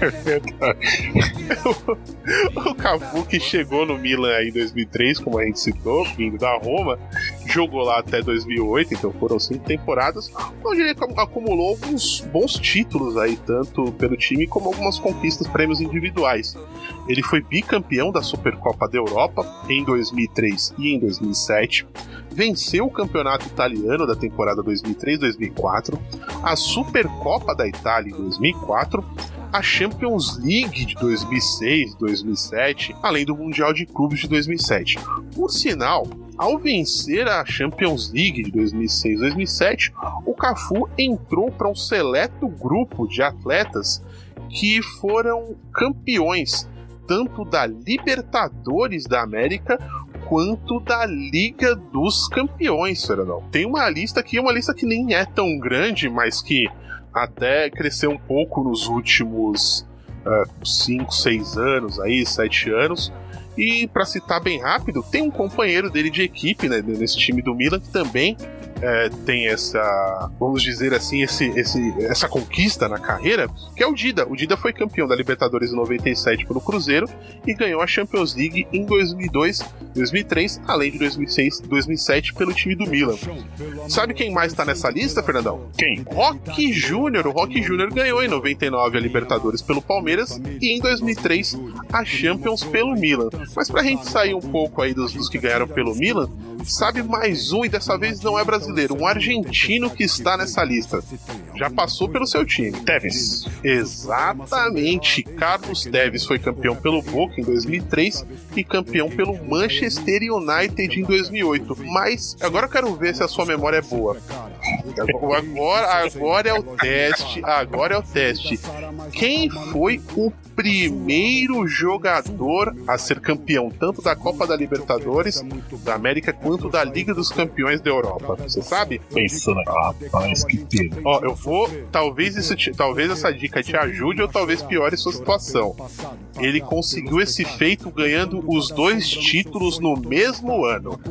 O Cafu, que chegou no Milan aí em dois mil e três, como a gente citou, vindo da Roma, jogou lá até dois mil e oito, então foram cinco temporadas, onde ele acumulou alguns bons títulos aí, tanto pelo time como algumas conquistas, prêmios individuais. Ele foi bicampeão da Supercopa da Europa em dois mil e três e em dois mil e sete, venceu o campeonato italiano da temporada dois mil e três dois mil e quatro, a Supercopa da Itália em dois mil e quatro, a Champions League de dois mil e seis dois mil e sete, além do Mundial de Clubes de dois mil e sete. Por sinal, ao vencer a Champions League de dois mil e seis dois mil e sete, o Cafu entrou para um seleto grupo de atletas que foram campeões tanto da Libertadores da América quanto da Liga dos Campeões, Fernandão. Tem uma lista aqui, uma lista que nem é tão grande, mas que até cresceu um pouco nos últimos cinco, seis anos, aí, sete anos. E para citar bem rápido, tem um companheiro dele de equipe, né, nesse time do Milan, que também é, tem essa, vamos dizer assim, esse, esse, essa conquista na carreira, que é o Dida. O Dida foi campeão da Libertadores em noventa e sete pelo Cruzeiro e ganhou a Champions League em dois mil e dois, dois mil e três, além de dois mil e seis, dois mil e sete pelo time do Milan. Sabe quem mais tá nessa lista, Fernandão? Quem? Roque Júnior. O Roque Júnior ganhou em noventa e nove a Libertadores pelo Palmeiras e em dois mil e três a Champions pelo Milan. Mas pra gente sair um pouco aí dos, dos que ganharam pelo Milan, sabe mais um, e dessa vez não é brasileiro, um argentino que está nessa lista. Já passou pelo seu time. Tevez. Exatamente. Carlos Tevez foi campeão pelo Boca em dois mil e três e campeão pelo Manchester United em dois mil e oito. Mas agora eu quero ver se a sua memória é boa. Agora, agora é o teste. Agora é o teste. Quem foi o primeiro jogador a ser campeão tanto da Copa da Libertadores da América quanto da Liga dos Campeões da Europa? Você sabe? Pensando, rapaz, que pena. Ó, eu vou, talvez, isso te, talvez essa dica te ajude ou talvez piore sua situação. Ele conseguiu esse feito ganhando os dois títulos no mesmo ano.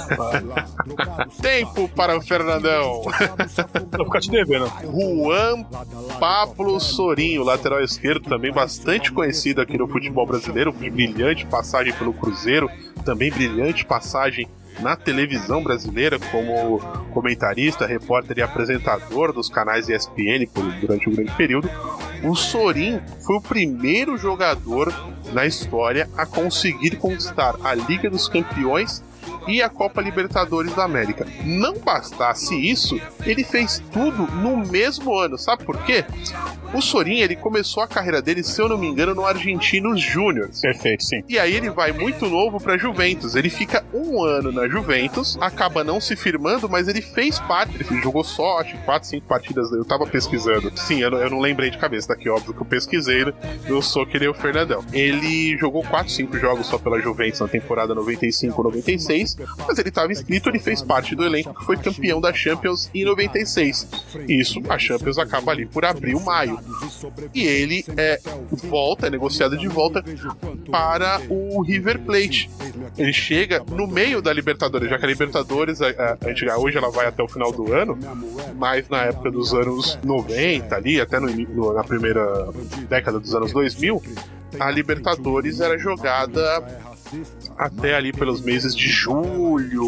Ah, Tempo para o Fernandão. Vou ficar te devendo. Juan Pablo Sorinho, lateral esquerdo, também bastante conhecido aqui no futebol brasileiro, brilhante passagem pelo Cruzeiro, também brilhante passagem na televisão brasileira como comentarista, repórter e apresentador dos canais E S P N por, durante um grande período. O Sorin foi o primeiro jogador na história a conseguir conquistar a Liga dos Campeões e a Copa Libertadores da América. Não bastasse isso, ele fez tudo no mesmo ano. Sabe por quê? O Sorin, ele começou a carreira dele, se eu não me engano, no Argentinos Júniors. Perfeito, sim. E aí ele vai muito novo pra Juventus. Ele fica um ano na Juventus, acaba não se firmando, mas ele fez parte, ele jogou só, acho que quatro, cinco partidas, eu tava pesquisando. Sim, eu não, eu não lembrei de cabeça, daqui óbvio que eu pesquisei, eu sou que nem o Fernandão. Ele jogou quatro, cinco jogos só pela Juventus na temporada noventa e cinco, noventa e seis, mas ele tava inscrito, ele fez parte do elenco que foi campeão da Champions em noventa e seis. Isso, a Champions acaba ali por abril, maio. E ele é, volta, é negociado de volta para o River Plate. Ele chega no meio da Libertadores, já que a Libertadores, a, a, a, hoje ela vai até o final do ano, mas na época dos anos noventa, ali, até no, no, na primeira década dos anos dois mil, a Libertadores era jogada até ali pelos meses de julho,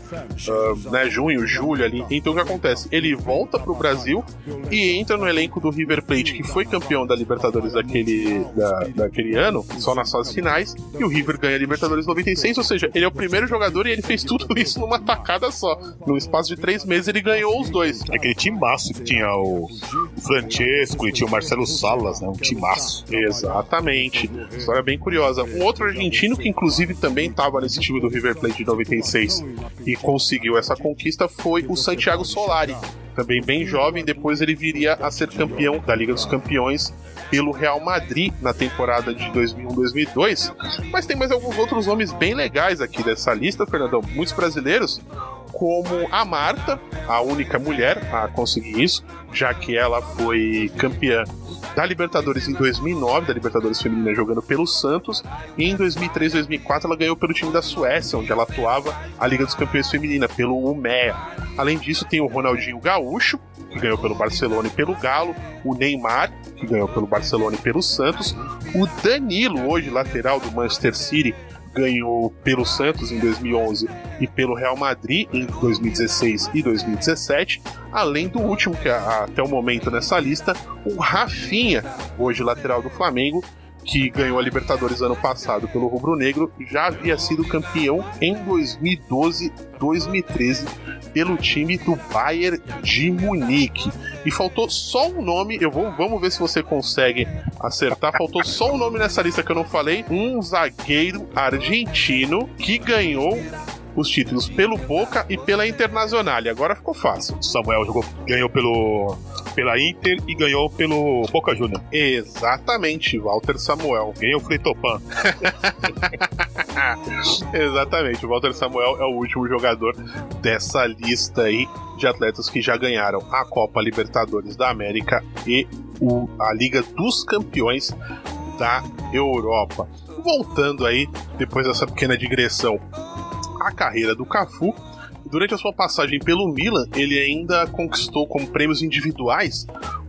uh, né, junho, julho ali. Então o que acontece? Ele volta pro Brasil e entra no elenco do River Plate, que foi campeão da Libertadores daquele, da, daquele ano, só nas fases finais, e o River ganha a Libertadores noventa e seis, ou seja, ele é o primeiro jogador e ele fez tudo isso numa tacada só. No espaço de três meses ele ganhou os dois. Aquele timaço que tinha o Francesco e tinha o Marcelo Salas, né? Um timaço. Exatamente. História bem curiosa. Um outro argentino que inclusive também estava nesse time do River Plate de noventa e seis e conseguiu essa conquista foi o Santiago Solari, também bem jovem. Depois ele viria a ser campeão da Liga dos Campeões pelo Real Madrid na temporada de dois mil e um, dois mil e dois. Mas tem mais alguns outros nomes bem legais aqui dessa lista, Fernandão, muitos brasileiros, como a Marta, a única mulher a conseguir isso, já que ela foi campeã da Libertadores em dois mil e nove, da Libertadores Feminina, jogando pelo Santos, e em dois mil e três, dois mil e quatro ela ganhou pelo time da Suécia, onde ela atuava a Liga dos Campeões Feminina, pelo U M E A. Além disso, tem o Ronaldinho Gaúcho, que ganhou pelo Barcelona e pelo Galo, o Neymar, que ganhou pelo Barcelona e pelo Santos, o Danilo, hoje lateral do Manchester City, ganhou pelo Santos em dois mil e onze e pelo Real Madrid em dois mil e dezesseis e dois mil e dezessete, além do último, que é, até o momento nessa lista, o Rafinha, hoje lateral do Flamengo, que ganhou a Libertadores ano passado pelo Rubro Negro, já havia sido campeão em dois mil e doze, dois mil e treze pelo time do Bayern de Munique. E faltou só um nome, eu vou, vamos ver se você consegue acertar, faltou só um nome nessa lista que eu não falei, um zagueiro argentino que ganhou os títulos pelo Boca e pela Internacional. E agora ficou fácil. Samuel jogou, ganhou pelo, pela Inter e ganhou pelo Boca Juniors. Exatamente, Walter Samuel. Ganhou o Fritopan. Exatamente, o Walter Samuel é o último jogador dessa lista aí de atletas que já ganharam a Copa Libertadores da América e o, a Liga dos Campeões da Europa. Voltando aí, depois dessa pequena digressão, a carreira do Cafu, durante a sua passagem pelo Milan, ele ainda conquistou como prêmios individuais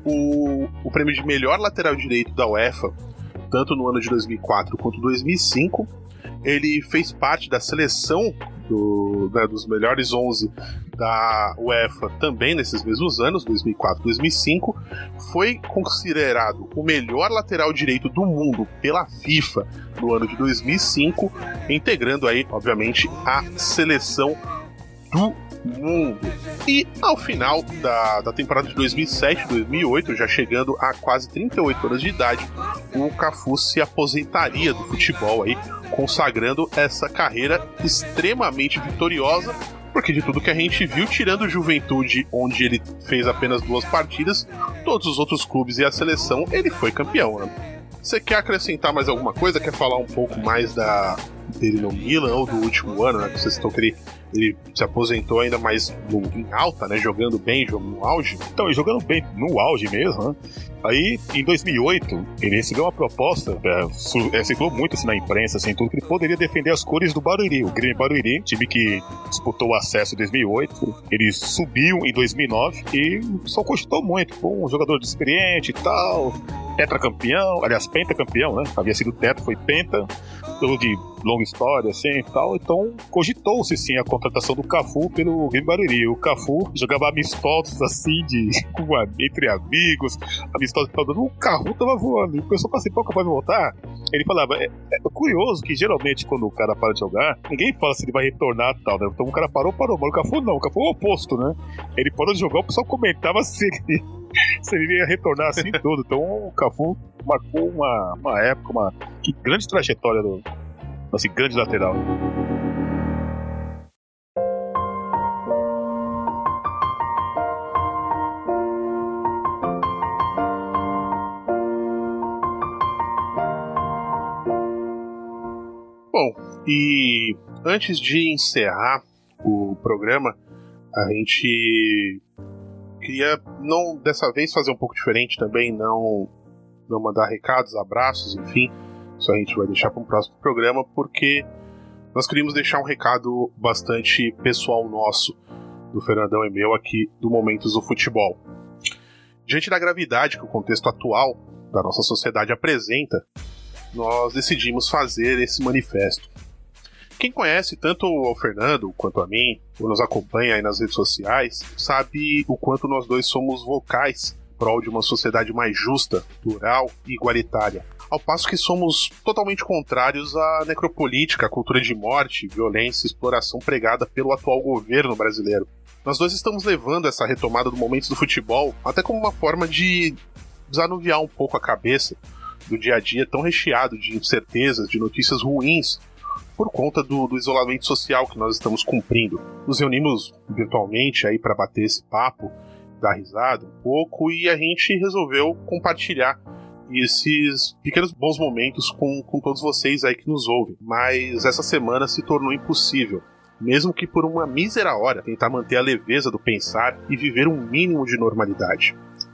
o, o prêmio de melhor lateral direito da UEFA, tanto no ano de dois mil e quatro quanto dois mil e cinco. Ele fez parte da seleção do, né, dos melhores onze da UEFA também nesses mesmos anos, dois mil e quatro, dois mil e cinco. Foi considerado o melhor lateral direito do mundo pela FIFA no ano de dois mil e cinco, integrando aí, obviamente, a seleção do mundo. E ao final da, da temporada de dois mil e sete, dois mil e oito, já chegando a quase trinta e oito anos de idade, o Cafu se aposentaria do futebol aí, consagrando essa carreira extremamente vitoriosa, porque de tudo que a gente viu, tirando o Juventude, onde ele fez apenas duas partidas, todos os outros clubes e a seleção, ele foi campeão, né? Você quer acrescentar mais alguma coisa? Quer falar um pouco mais da, dele no Milan ou do último ano, né? Que vocês estão querendo. Ele se aposentou ainda mais no, em alta, né? Jogando bem, jogando no auge. Então, jogando bem no auge mesmo, né? Aí, em dois mil e oito, ele recebeu uma proposta, é, circulou muito assim na imprensa, assim, tudo, que ele poderia defender as cores do Barueri, o Grêmio Barueri, time que disputou o acesso em dois mil e oito. Ele subiu em dois mil e nove e só custou muito. Foi um jogador experiente e tal, tetracampeão, aliás, pentacampeão, né? Havia sido tetra, foi penta, tudo de longa história, assim e tal. Então, cogitou-se sim a contratação do Cafu pelo Grêmio Barueri. O Cafu jogava amistosos assim, de, entre amigos, amistosos que estavam dando. O Cafu tava voando. E o pessoal falava assim: pô, vai voltar? Ele falava: é, é curioso que geralmente quando o cara para de jogar, ninguém fala se ele vai retornar e tal, né? Então o cara parou, parou. Mas o Cafu não, o Cafu é o oposto, né? Ele parou de jogar, o pessoal comentava se ele Você iria retornar assim todo. Então o Cafu marcou uma, uma época, uma que grande trajetória do nosso grande lateral. Bom, e antes de encerrar o programa, a gente queria, não dessa vez, fazer um pouco diferente também, não, não mandar recados, abraços, enfim. Isso a gente vai deixar para um próximo programa, porque nós queríamos deixar um recado bastante pessoal nosso, do Fernandão e meu, aqui do Momentos do Futebol. Diante da gravidade que o contexto atual da nossa sociedade apresenta, nós decidimos fazer esse manifesto. Quem conhece tanto o Fernando quanto a mim, ou nos acompanha aí nas redes sociais, sabe o quanto nós dois somos vocais em prol de uma sociedade mais justa, plural e igualitária. Ao passo que somos totalmente contrários à necropolítica, à cultura de morte, violência e exploração pregada pelo atual governo brasileiro. Nós dois estamos levando essa retomada do Momentos do Futebol até como uma forma de desanuviar um pouco a cabeça do dia a dia tão recheado de incertezas, de notícias ruins, por conta do, do isolamento social que nós estamos cumprindo. Nos reunimos virtualmente aí para bater esse papo, dar risada um pouco, e a gente resolveu compartilhar esses pequenos bons momentos com, com todos vocês aí que nos ouvem. Mas essa semana se tornou impossível, mesmo que por uma mísera hora, tentar manter a leveza do pensar e viver um mínimo de normalidade.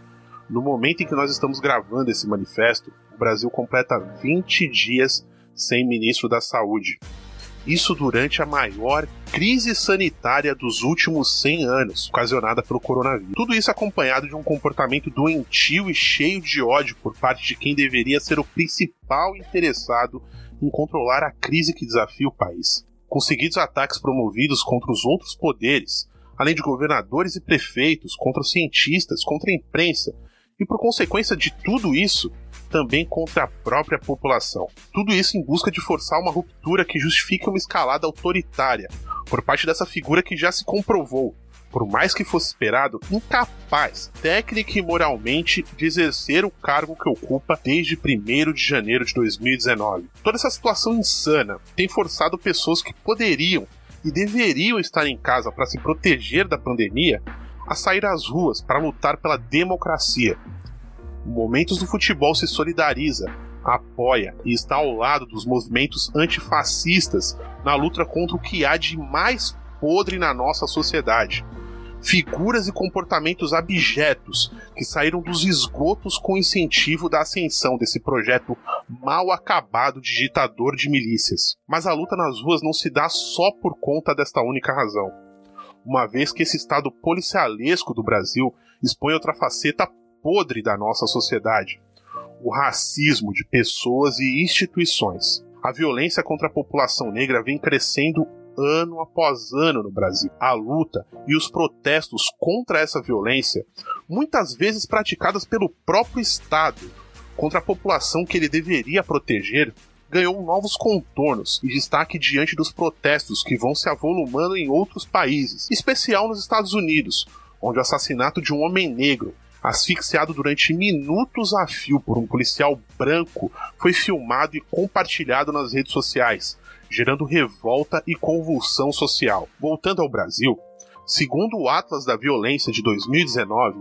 No momento em que nós estamos gravando esse manifesto, o Brasil completa vinte dias sem ministro da Saúde. Isso durante a maior crise sanitária dos últimos cem anos, ocasionada pelo coronavírus. Tudo isso acompanhado de um comportamento doentio e cheio de ódio por parte de quem deveria ser o principal interessado em controlar a crise que desafia o país. Com seguidos ataques promovidos contra os outros poderes, além de governadores e prefeitos, contra os cientistas, contra a imprensa, e por consequência de tudo isso, também contra a própria população. Tudo isso em busca de forçar uma ruptura que justifique uma escalada autoritária por parte dessa figura que já se comprovou, por mais que fosse esperado, incapaz, técnica e moralmente, de exercer o cargo que ocupa desde primeiro de janeiro de dois mil e dezenove. Toda essa situação insana tem forçado pessoas que poderiam e deveriam estar em casa para se proteger da pandemia a sair às ruas para lutar pela democracia. O Momentos do Futebol se solidariza, apoia e está ao lado dos movimentos antifascistas na luta contra o que há de mais podre na nossa sociedade. Figuras e comportamentos abjetos que saíram dos esgotos com incentivo da ascensão desse projeto mal acabado de ditador de milícias. Mas a luta nas ruas não se dá só por conta desta única razão, uma vez que esse estado policialesco do Brasil expõe outra faceta podre da nossa sociedade: o racismo de pessoas e instituições. A violência contra a população negra vem crescendo ano após ano no Brasil. A luta e os protestos contra essa violência, muitas vezes praticadas pelo próprio Estado contra a população que ele deveria proteger, ganhou novos contornos e destaque diante dos protestos que vão se avolumando em outros países, em especial nos Estados Unidos, onde o assassinato de um homem negro, asfixiado durante minutos a fio por um policial branco, foi filmado e compartilhado nas redes sociais, gerando revolta e convulsão social. Voltando ao Brasil, segundo o Atlas da Violência de dois mil e dezenove,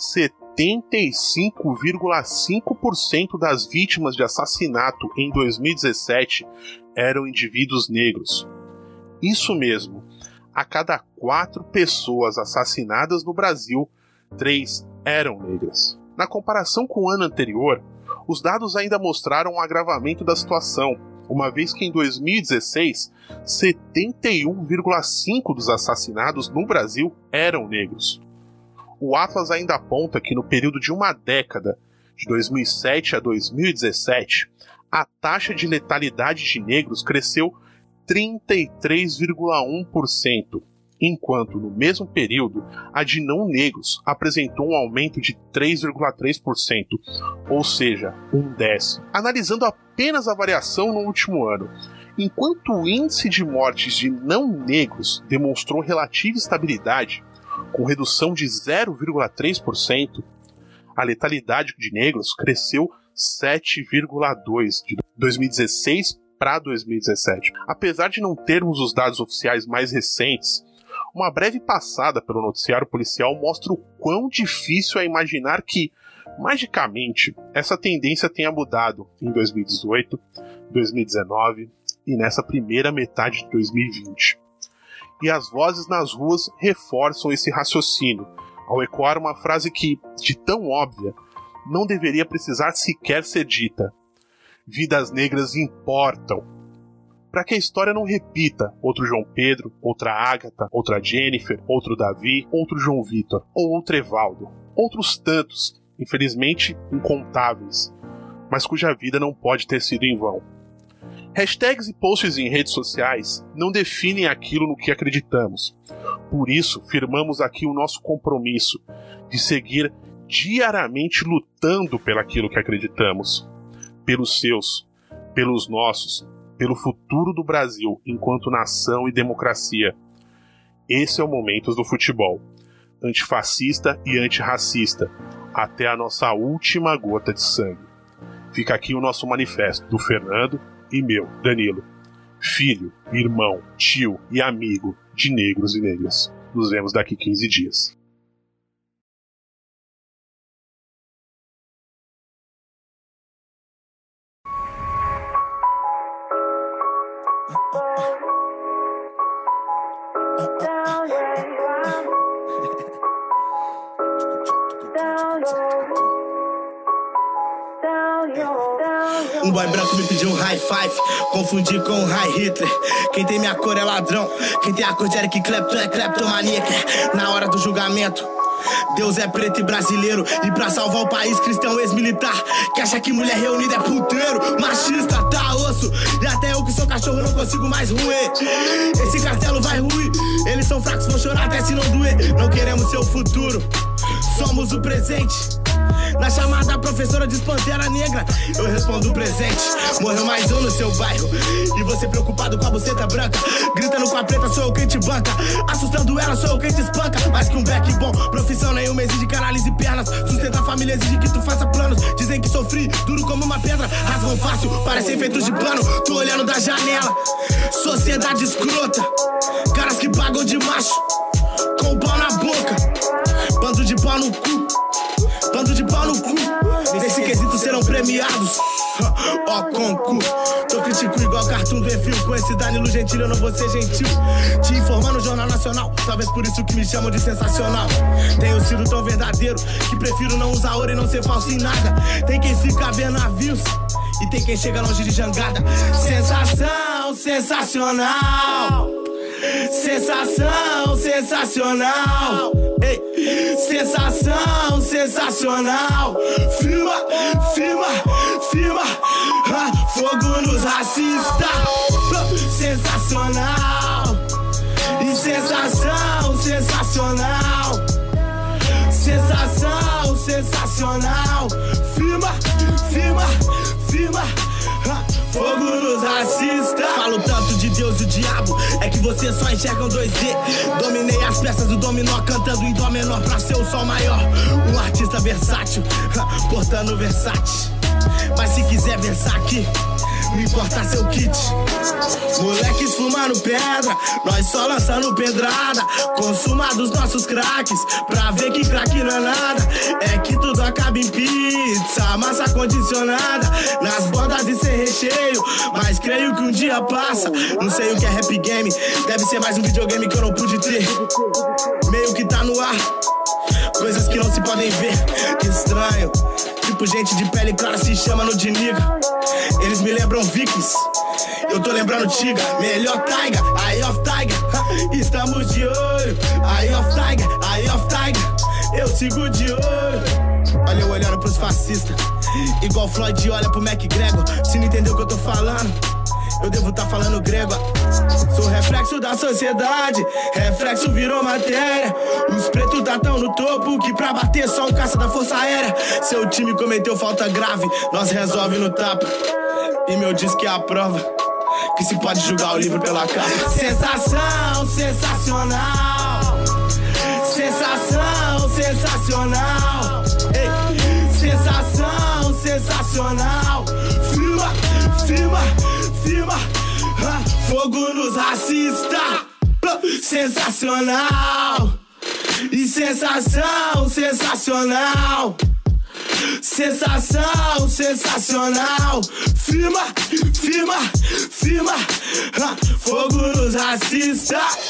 setenta e cinco vírgula cinco por cento das vítimas de assassinato em dois mil e dezessete eram indivíduos negros. Isso mesmo, a cada quatro pessoas assassinadas no Brasil, três eram negras. Na comparação com o ano anterior, os dados ainda mostraram um agravamento da situação, uma vez que em dois mil e dezesseis, setenta e um vírgula cinco por cento dos assassinados no Brasil eram negros. O Atlas ainda aponta que no período de uma década, de dois mil e sete a dois mil e dezessete, a taxa de letalidade de negros cresceu trinta e três vírgula um por cento, enquanto no mesmo período a de não negros apresentou um aumento de três vírgula três por cento, ou seja, um décimo. Analisando apenas a variação no último ano, enquanto o índice de mortes de não negros demonstrou relativa estabilidade, com redução de zero vírgula três por cento, a letalidade de negros cresceu sete vírgula dois de dois mil e dezesseis para dois mil e dezessete. Apesar de não termos os dados oficiais mais recentes, uma breve passada pelo noticiário policial mostra o quão difícil é imaginar que, magicamente, essa tendência tenha mudado em dois mil e dezoito, dois mil e dezenove e nessa primeira metade de dois mil e vinte. E as vozes nas ruas reforçam esse raciocínio, ao ecoar uma frase que, de tão óbvia, não deveria precisar sequer ser dita. Vidas negras importam. Para que a história não repita outro João Pedro, outra Ágata, outra Jennifer, outro Davi, outro João Vitor, ou outro Evaldo. Outros tantos, infelizmente incontáveis, mas cuja vida não pode ter sido em vão. Hashtags e posts em redes sociais não definem aquilo no que acreditamos. Por isso, firmamos aqui o nosso compromisso de seguir diariamente lutando pelaquilo que acreditamos. Pelos seus, pelos nossos, pelo futuro do Brasil enquanto nação e democracia. Esse é o Momentos do Futebol. Antifascista e antirracista, até a nossa última gota de sangue. Fica aqui o nosso manifesto do Fernando e meu, Danilo. Filho, irmão, tio e amigo de negros e negras. Nos vemos daqui quinze dias. Um boy branco me pediu um high five, confundi com um high Hitler. Quem tem minha cor é ladrão, quem tem a cor de Eric Clapton é kleptomaníaca. Na hora do julgamento, Deus é preto e brasileiro. E pra salvar o país, cristão ex-militar que acha que mulher reunida é puteiro. Machista, tá osso. E até eu que sou cachorro não consigo mais ruir. Esse castelo vai ruir. Eles são fracos, vão chorar até se não doer. Não queremos seu futuro, somos o presente. Na chamada, a professora diz Pantera Negra, eu respondo presente. Morreu mais um no seu bairro e você preocupado com a buceta branca. Gritando com a preta, sou eu quem te banca. Assustando ela, sou eu quem te espanca. Mais que um back bom, profissão nenhuma exige canalize pernas. Sustenta a família, exige que tu faça planos. Dizem que sofri, duro como uma pedra. Rasgam fácil, parecem feitos de pano. Tô olhando da janela, sociedade escrota. Caras que pagam de macho, com o pau na boca. Bando de pau no cu, bando de pau no cu. Nesse quesito serão premiados, ó com cu. Tô critico igual cartoon do Enfio. Com esse Danilo Gentili eu não vou ser gentil. Te informando no Jornal Nacional, talvez por isso que me chamam de sensacional. Tenho sido tão verdadeiro que prefiro não usar ouro e não ser falso em nada. Tem quem fica vendo navios e tem quem chega longe de jangada. Sensação, sensacional. Sensação, sensacional. Ei, sensação, sensacional. Firma, firma, firma. Ah, fogo nos racistas. Sensacional. E sensação, sensacional. Sensação, sensacional. Firma, firma, firma. Ah, fogo nos racistas. Falo tanto de Deus e o diabo, é que você só enxerga um dois D. Dominei as peças do dominó, cantando em dó menor pra ser o sol maior. Um artista versátil, portando versátil. Mas se quiser versar aqui, não importa seu kit. Moleques fumando pedra, nós só lançando pedrada. Consuma dos nossos craques, pra ver que craque não é nada. É que tudo acaba em pizza, massa condicionada, nas bordas e sem recheio. Mas creio que um dia passa. Não sei o que é rap game, deve ser mais um videogame que eu não pude ter. Meio que tá no ar, coisas que não se podem ver. Que estranho, tipo gente de pele clara se chama no de nigga. Eles me lembram Vikings, eu tô lembrando Tiga. Melhor Tiger, Eye of Tiger. Estamos de olho, Eye of Tiger, Eye of Tiger. Eu sigo de olho. Olha eu olhando pros fascistas, igual Floyd olha pro McGregor. Se não entendeu o que eu tô falando, eu devo tá falando grego. Sou reflexo da sociedade, reflexo virou matéria. Os pretos tá tão no topo que pra bater só um caça da força aérea. Seu time cometeu falta grave, nós resolve no tapa. E meu disco é a prova que se pode julgar o livro pela capa. Sensação, sensacional. Sensação, sensacional. Ei. sensacional. Firma, firma, firma, ah, fogo nos racistas. Sensacional. E sensação, sensacional. Sensação, sensacional. Firma, firma, firma, ah, fogo nos racistas.